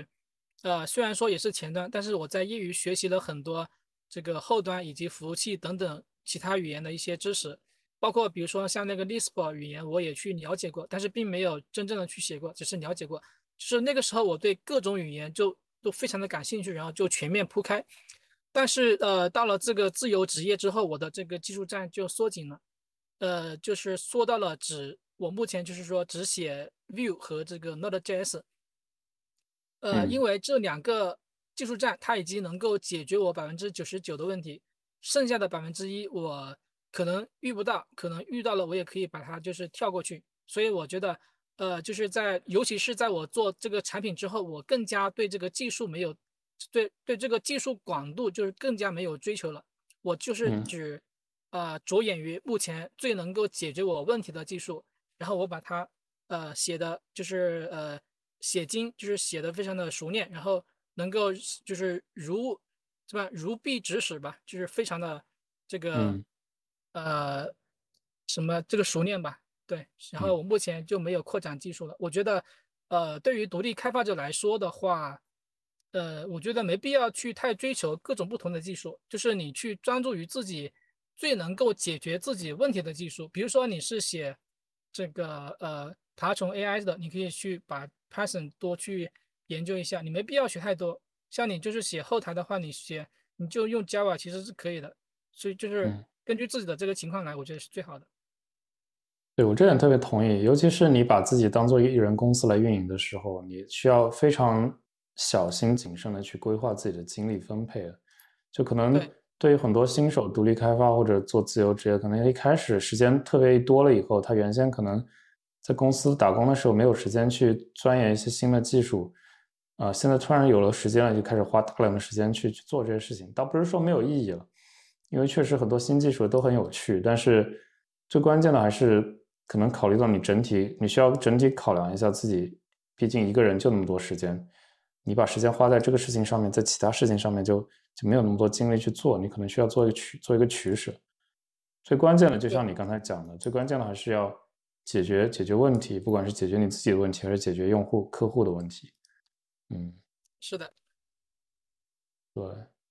虽然说也是前端，但是我在业余学习了很多这个后端以及服务器等等其他语言的一些知识，包括比如说像那个 Lisp 语言，我也去了解过，但是并没有真正的去写过，只是了解过。就是那个时候我对各种语言就都非常的感兴趣，然后就全面铺开。但是到了这个自由职业之后，我的这个技术栈就缩紧了，就是缩到了我目前就是说只写 Vue 和这个 Node.js，因嗯为这两个技术栈它已经能够解决我99%的问题，剩下的1%我可能遇不到，可能遇到了我也可以把它就是跳过去。所以我觉得，就是尤其是在我做这个产品之后，我更加对这个技术没有，对这个技术广度就是更加没有追求了。我就是嗯着眼于目前最能够解决我问题的技术，然后我把它写的就是写经，就是写的非常的熟练，然后能够就是是吧如臂指使吧，就是非常的这个嗯呃什么这个熟练吧。对，然后嗯我目前就没有扩展技术了。我觉得对于独立开发者来说的话，我觉得没必要去太追求各种不同的技术，就是你去专注于自己最能够解决自己问题的技术。比如说你是写这个爬虫 AI 的，你可以去把 Python 多去研究一下，你没必要学太多。像你就是写后台的话，你就用 Java 其实是可以的，所以就是嗯。 根据自己的这个情况来，我觉得是最好的。 对，我这点特别同意，尤其是你把自己当做一人公司来运营的时候，你需要非常小心谨慎的去规划自己的精力分配。就可能对， 对于很多新手独立开发或者做自由职业，可能一开始时间特别多了以后，他原先可能在公司打工的时候没有时间去钻研一些新的技术，现在突然有了时间了，就开始花大量的时间去做这些事情。倒不是说没有意义了，因为确实很多新技术都很有趣，但是最关键的还是可能考虑到你需要整体考量一下自己，毕竟一个人就那么多时间， 你把时间花在这个事情上面，在其他事情上面就没有那么多精力去做，你可能需要做一个取舍。最关键的，就像你刚才讲的，最关键的还是要解决问题，不管是解决你自己的问题，还是解决用户客户的问题。 是的。 对。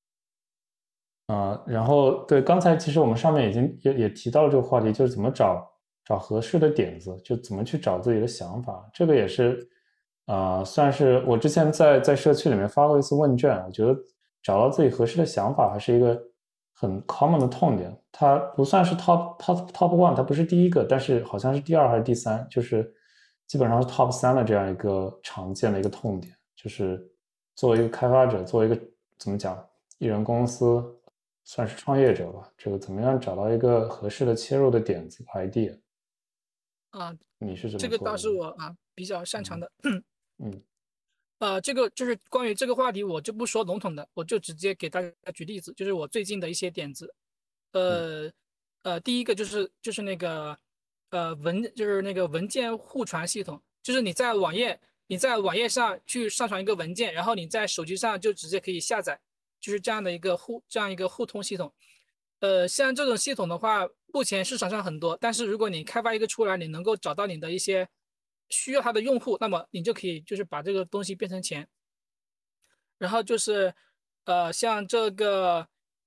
然后对，刚才其实我们上面已经也提到了这个话题，就是怎么找合适的点子，就怎么去找自己的想法。这个也是算是我之前在社区里面发过一次问卷，我觉得找到自己合适的想法还是一个很 common 的痛点。它不算是 top one，它不是第一个，但是好像是第二还是第三，就是基本上是 top 3的这样一个常见的一个痛点。就是作为一个开发者，作为一个怎么讲，艺人公司算是创业者吧，这个怎么样找到一个合适的切入的点子 idea？ 啊， 你是怎么这个倒做的呢？ 是我比较擅长的。 嗯这个就是关于这个话题，我就不说笼统的，我就直接给大家举例子，就是我最近的一些点子。 嗯第一个就是那个就是那个文件互传系统，就是你在网页上去上传一个文件，然后你在手机上就直接可以下载，就是这样一个互通系统。像这种系统的话，目前市场上很多，但是如果你开发一个出来，你能够找到你的一些需要它的用户，那么你就可以就是把这个东西变成钱。然后就是像这个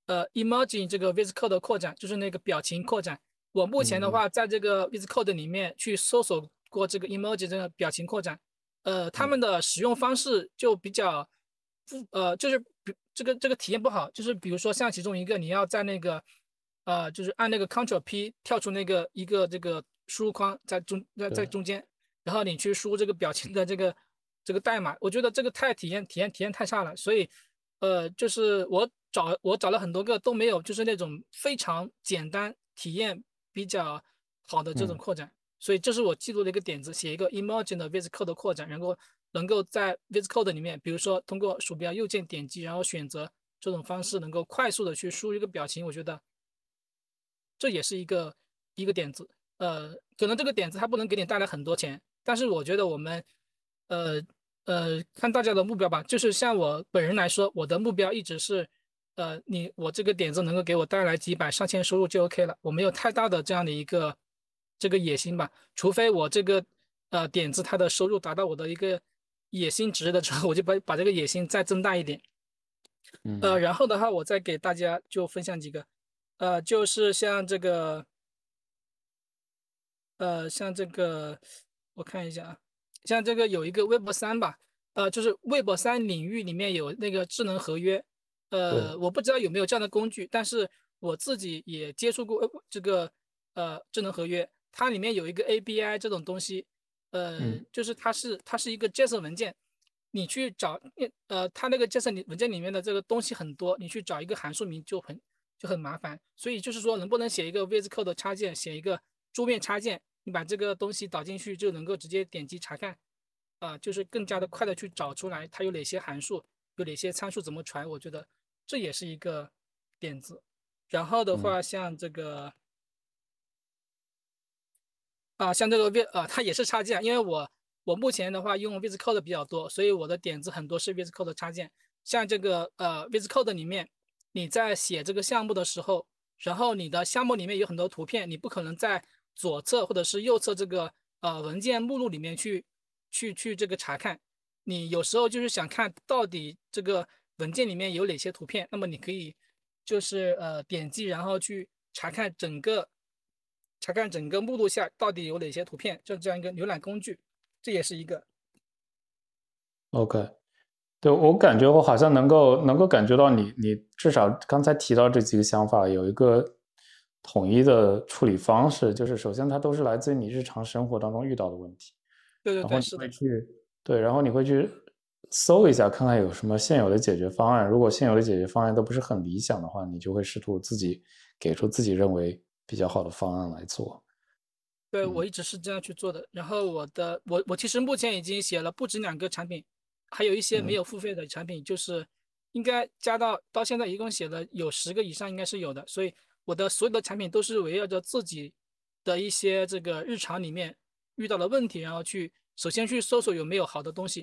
emoji 这个 VS Code 扩展，就是那个表情扩展。我目前的嗯话，在这个 VS Code 里面去搜索过这个 emoji 这个表情扩展，他嗯们的使用方式就比较就是这个体验不好，就是比如说像其中一个，你要在那个就是按那个 Ctrl P 跳出那个一个这个输入框在对， 中间，然后你去输这个表情的这个代码，我觉得这个太体验太差了，所以就是我找了很多个都没有，就是那种非常简单、体验比较好的这种嗯扩展，所以这是我记录的一个点子，写一个 emoji 的 VS Code 扩展，然后能够在 VS Code 里面，比如说通过鼠标右键点击，然后选择这种方式，能够快速的去输入一个表情，我觉得这也是一个点子。可能这个点子它不能给你带来很多钱，但是我觉得我们呃看大家的目标吧，就是像我本人来说，我的目标一直是我这个点子能够给我带来几百上千收入就 OK 了，我没有太大的这样的一个这个野心吧，除非我这个点子它的收入达到我的一个野心值的时候，我就把这个野心再增大一点。 嗯然后的话，我再给大家就分享几个，就是像这个，我看一下啊，像这个有一个 Web3吧，就是 Web3领域里面有那个智能合约， 对， 我不知道有没有这样的工具，但是我自己也接触过这个智能合约，它里面有一个 ABI 这种东西， 嗯就是它是一个 JSON 文件，你去找它那个 JSON 文件里面的这个东西很多，你去找一个函数名就很麻烦，所以就是说能不能写一个 VS Code 的插件，写一个桌面插件，你把这个东西导进去就能够直接点击查看，就是更加的快的去找出来它有哪些函数，有哪些参数怎么传，我觉得这也是一个点子。然后的嗯话，像这个它也是插件，因为我目前的话用 VS Code 比较多，所以我的点子很多是 VS Code 插件。像这个VS Code 里面，你在写这个项目的时候，然后你的项目里面有很多图片，你不可能在左侧或者是右侧这个文件目录里面去这个查看。你有时候就是想看到底这个文件里面有哪些图片，那么你可以就是点击然后去查看整个目录下到底有哪些图片，就这样一个浏览工具，这也是一个。 ，OK。对，我感觉我好像能够感觉到你至少刚才提到这几个想法有一个统一的处理方式，就是首先它都是来自于你日常生活当中遇到的问题， 对对对， 然后你是的。 会去对，然后你会去搜一下看看有什么现有的解决方案。如果现有的解决方案都不是很理想的话，你就会试图自己给出自己认为比较好的方案来做。 对，我嗯一直是这样去做的。然后我其实目前已经写了不止2个产品，还有一些没嗯有付费的产品，就是应该加到现在一共写了有10个以上，应该是有的。所以我的所有的产品都是围绕着自己的一些这个日常里面遇到的问题，然后首先去搜索有没有好的东西，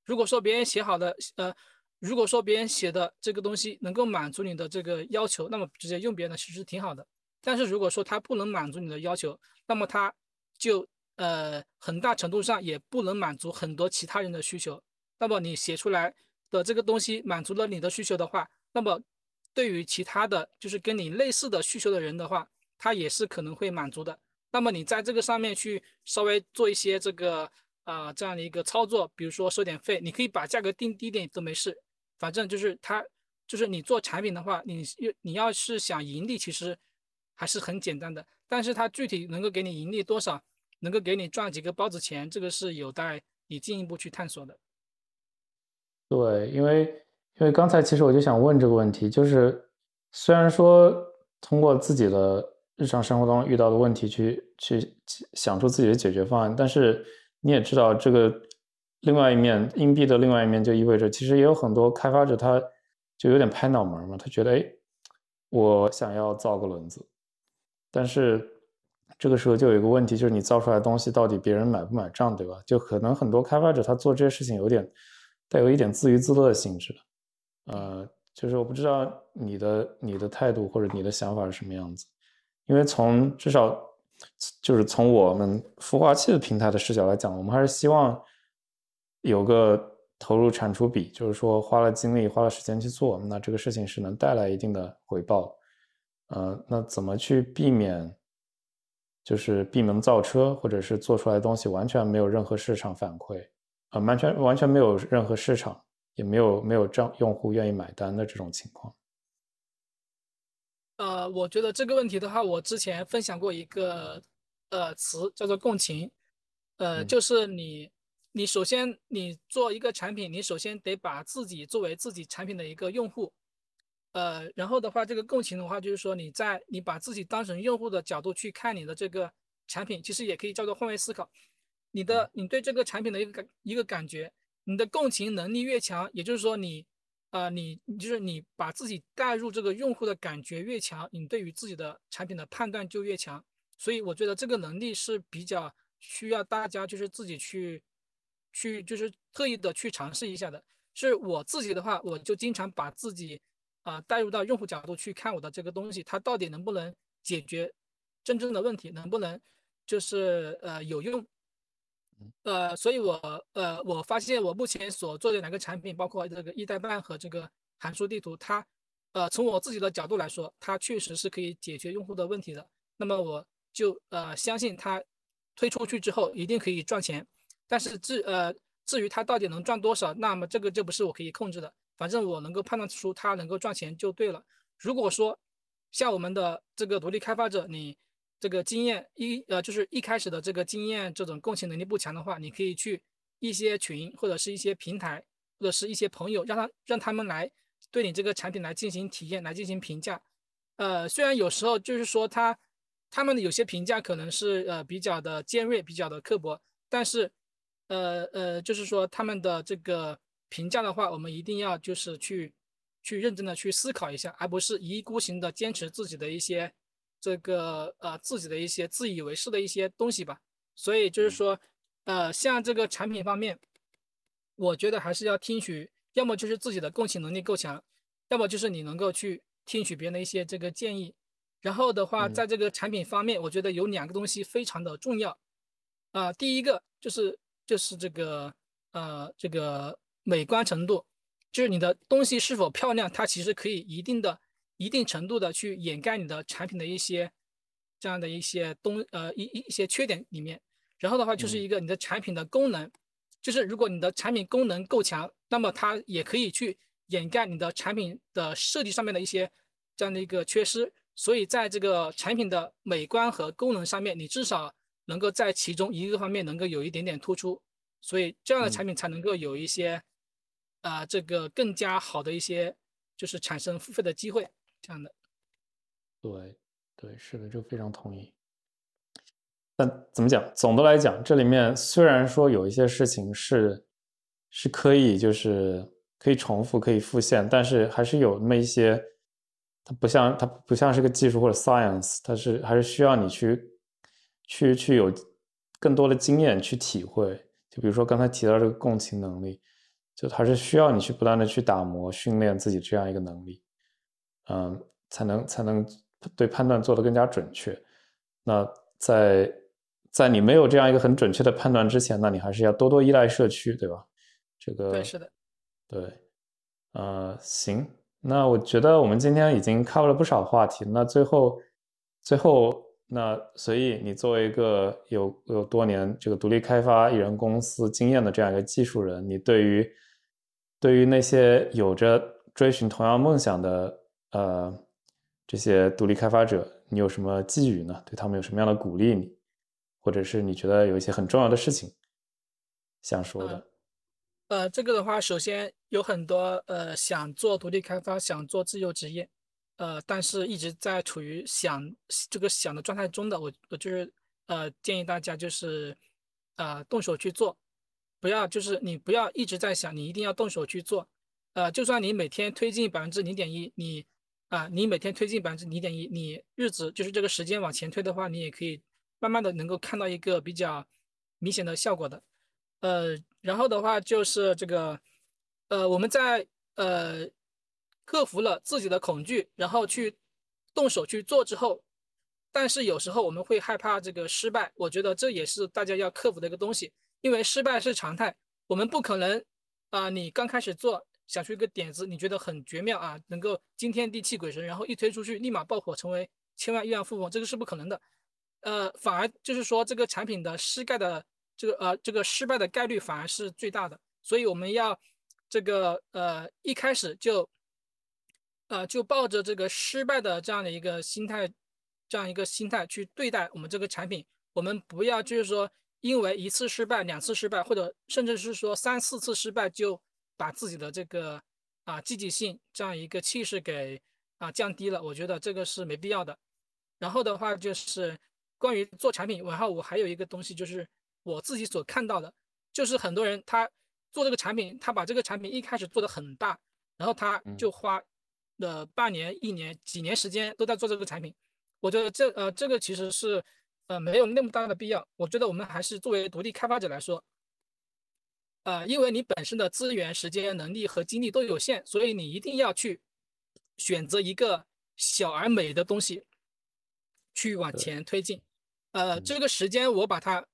如果说别人写好的，如果说别人写的这个东西能够满足你的这个要求，那么直接用别人的其实挺好的。但是如果说它不能满足你的要求，那么它就很大程度上也不能满足很多其他人的需求。那么你写出来的这个东西满足了你的需求的话，那么对于其他的就是跟你类似的需求的人的话，他也是可能会满足的。那么你在这个上面去稍微做一些这个这样的一个操作，比如说收点费，你可以把价格定低点都没事，反正就是它就是你做产品的话，你要是想盈利，其实还是很简单的，但是它具体能够给你盈利多少，能够给你赚几个包子钱，这个是有待你进一步去探索的。 对，因为刚才其实我就想问这个问题，就是虽然说通过自己的日常生活中遇到的问题去想出自己的解决方案，但是你也知道这个另外一面硬币的另外一面就意味着，其实也有很多开发者他就有点拍脑门嘛，他觉得哎，我想要造个轮子，但是这个时候就有一个问题，就是你造出来的东西到底别人买不买账，对吧？就可能很多开发者他做这些事情带有一点自娱自乐的性质的。就是我不知道你的态度或者你的想法是什么样子，因为至少就是从我们孵化器的平台的视角来讲，我们还是希望有个投入产出比，就是说花了精力花了时间去做，那这个事情是能带来一定的回报。那怎么去避免就是闭门造车，或者是做出来的东西完全没有任何市场反馈，完全没有任何市场，也没有用户愿意买单的这种情况。 我觉得这个问题的话，我之前分享过一个词叫做共情， 嗯就是你首先你做一个产品，你首先得把自己作为自己产品的一个用户，然后的话，这个共情的话，就是说你把自己当成用户的角度去看你的这个产品，其实也可以叫做换位思考。你对这个产品的一个感觉，你的共情能力越强，也就是说你就是你把自己带入这个用户的感觉越强，你对于自己的产品的判断就越强。所以我觉得这个能力是比较需要大家就是自己就是特意的去尝试一下的。是我自己的话，我就经常把自己带入到用户角度去看我的这个东西，它到底能不能解决真正的问题，能不能就是有用。所以我发现我目前所做的两个产品，包括这个一代半和这个函数地图，它从我自己的角度来说，它确实是可以解决用户的问题的。那么我就相信它推出去之后一定可以赚钱。但是至于它到底能赚多少，那么这个就不是我可以控制的。反正我能够判断出它能够赚钱就对了。如果说像我们的这个独立开发者，你这个经验就是一开始的这个经验这种共情能力不强的话，你可以去一些群或者是一些平台或者是一些朋友，让他们来对你这个产品来进行体验，来进行评价。虽然有时候就是说他们的有些评价可能是比较的尖锐，比较的刻薄，但是就是说他们的这个评价的话，我们一定要就是去认真的去思考一下，而不是一意孤行的坚持自己的一些这个自己的一些自以为是的一些东西吧。所以就是说，像这个产品方面，我觉得还是要听取，要么就是自己的共情能力够强，要么就是你能够去听取别人的一些这个建议。然后的话， 嗯在这个产品方面，我觉得有两个东西非常的重要。第一个就是这个美观程度，就是你的东西是否漂亮，它其实可以一定程度的去掩盖你的产品的一些这样的一些一些缺点里面。然后的话，就是嗯一个你的产品的功能，就是如果你的产品功能够强，那么它也可以去掩盖你的产品的设计上面的一些这样的一个缺失。所以在这个产品的美观和功能上面，你至少能够在其中一个方面能够有一点点突出，所以这样的嗯， 产品才能够有一些这个更加好的一些就是产生付费的机会这样的。 对对，是的，这个非常同意。但怎么讲？总的来讲，这里面虽然说有一些事情是可以就是可以重复、可以复现，但是还是有那么一些，它不像是个技术或者 science，还是需要你去有更多的经验去体会。就比如说刚才提到这个共情能力， 就还是需要你去不断的去打磨训练自己这样一个能力，才能对判断做得更加准确。那在你没有这样一个很准确的判断之前，那你还是要多多依赖社区，对吧？这对， 个是的。 对，行，那我觉得我们今天已经 cover 了不少话题。那最后，那所以你作为一个有多年这个独立开发艺人公司经验的这样一个技术人，你对于那些有着追寻同样梦想的这些独立开发者，你有什么寄语呢？对他们有什么样的鼓励你，或者是你觉得有一些很重要的事情想说嗯。 的？ 这个的话，首先有很多想做独立开发、想做自由职业，但是一直在处于想的状态中的，我就是建议大家就是动手去做，不要就是你不要一直在想，你一定要动手去做，就算你每天推进0.1%，你每天推进0.1%，你日子就是这个时间往前推的话，你也可以慢慢的能够看到一个比较明显的效果的。然后的话就是这个，我们在克服了自己的恐惧，然后去动手去做之后，但是有时候我们会害怕这个失败，我觉得这也是大家要克服的一个东西，因为失败是常态，我们不可能你刚开始做想出一个点子，你觉得很绝妙啊，能够惊天地泣鬼神，然后一推出去立马爆火，成为千万亿万富翁，这个是不可能的。反而就是说这个产品的这个失败的概率反而是最大的，所以我们要这个一开始就抱着这个失败的这样一个心态去对待我们这个产品，我们不要就是说因为一次失败、2次失败，或者甚至是说3、4次失败，就把自己的这个积极性这样一个气势给降低了，我觉得这个是没必要的。然后的话就是关于做产品，然后我还有一个东西就是我自己所看到的，就是很多人他做这个产品，他把这个产品一开始做的很大，然后他就花了半年、1年、几年时间都在做这个产品。我觉得这个其实是没有那么大的必要。我觉得我们还是作为独立开发者来说，因为你本身的资源、时间、能力和精力都有限，所以你一定要去选择一个小而美的东西去往对， 前推进。 嗯这个时间我把它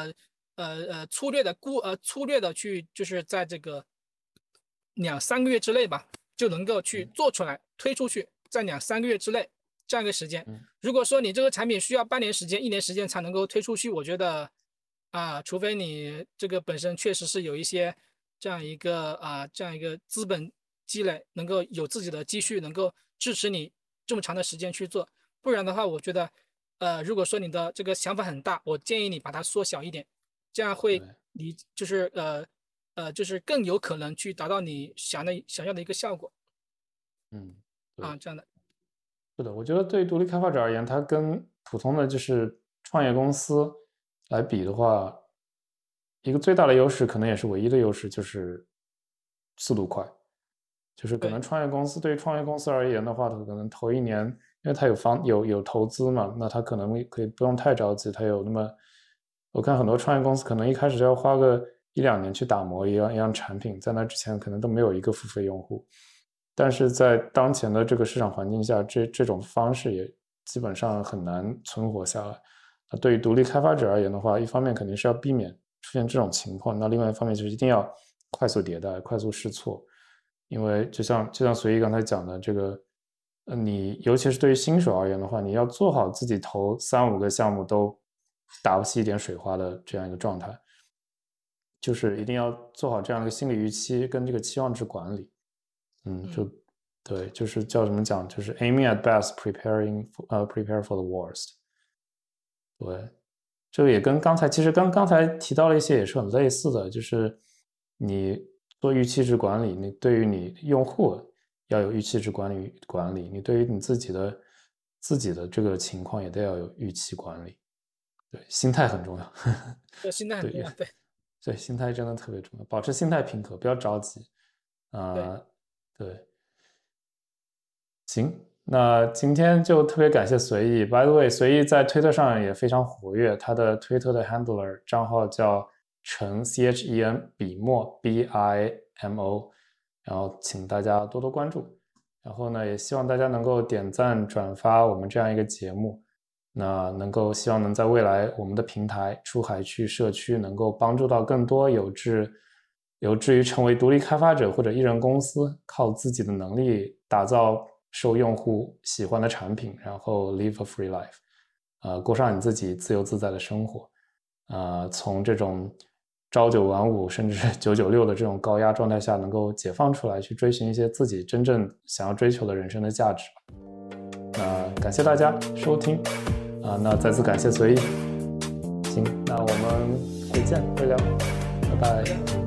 粗略的去就是在这个2、3个月之内吧，就能够去嗯做出来推出去，在2、3个月之内这样一个时间。 嗯， 如果说你这个产品需要半年时间、1年时间才能够推出去，我觉得除非你这个本身确实是有一些这样一个资本积累，能够有自己的积蓄，能够支持你这么长的时间去做。不然的话，我觉得，如果说你的这个想法很大，我建议你把它缩小一点，这样会对， 你就是就是更有可能去达到你想要的一个效果嗯对。 这样的。 是的，我觉得对于独立开发者而言，他跟普通的就是创业公司来比的话，一个最大的优势，可能也是唯一的优势，就是速度快。就是可能对， 创业公司对于创业公司而言的话，它可能头一年，因为它有投资嘛，那它可能可以不用太着急。它有那么，我看很多创业公司可能一开始就要花个1、2年去打磨一样产品，在那之前可能都没有一个付费用户。但是在当前的这个市场环境下，这种方式也基本上很难存活下来。那对于独立开发者而言的话，一方面肯定是要避免出现这种情况，那另外一方面就是一定要快速迭代、快速试错。因为就像随意刚才讲的这个，你尤其是对于新手而言的话，你要做好自己头3、5个项目都打不起一点水花的这样一个状态，就是一定要做好这样的一个心理预期跟这个期望值管理。 嗯。 对，就是叫什么讲，就是 aiming at best, prepare for the worst。对，这个也跟刚才提到了一些也是很类似的，就是你做预期值管理，你对于你用户要有预期值管理，你对于你自己的这个情况也得要有预期管理。对，心态很重要。 这心态很重对， 要，对对，心态真的特别重要，保持心态平和，不要着急。 对。 对，行，那今天就特别感谢随意。By the way，随意在推特上也非常活跃，他的推特的 handler 账号叫陈 CHEN 笔墨 BIMO， 然后请大家多多关注。然后呢，也希望大家能够点赞转发我们这样一个节目，那希望能在未来我们的平台出海去社区能够帮助到更多有志于成为独立开发者或者一人公司，靠自己的能力打造受用户喜欢的产品，然后 live a free life，过上你自己自由自在的生活，从这种朝九晚五甚至是996的这种高压状态下能够解放出来，去追寻一些自己真正想要追求的人生的价值。感谢大家收听，那再次感谢随意。行，那我们会聊，拜拜。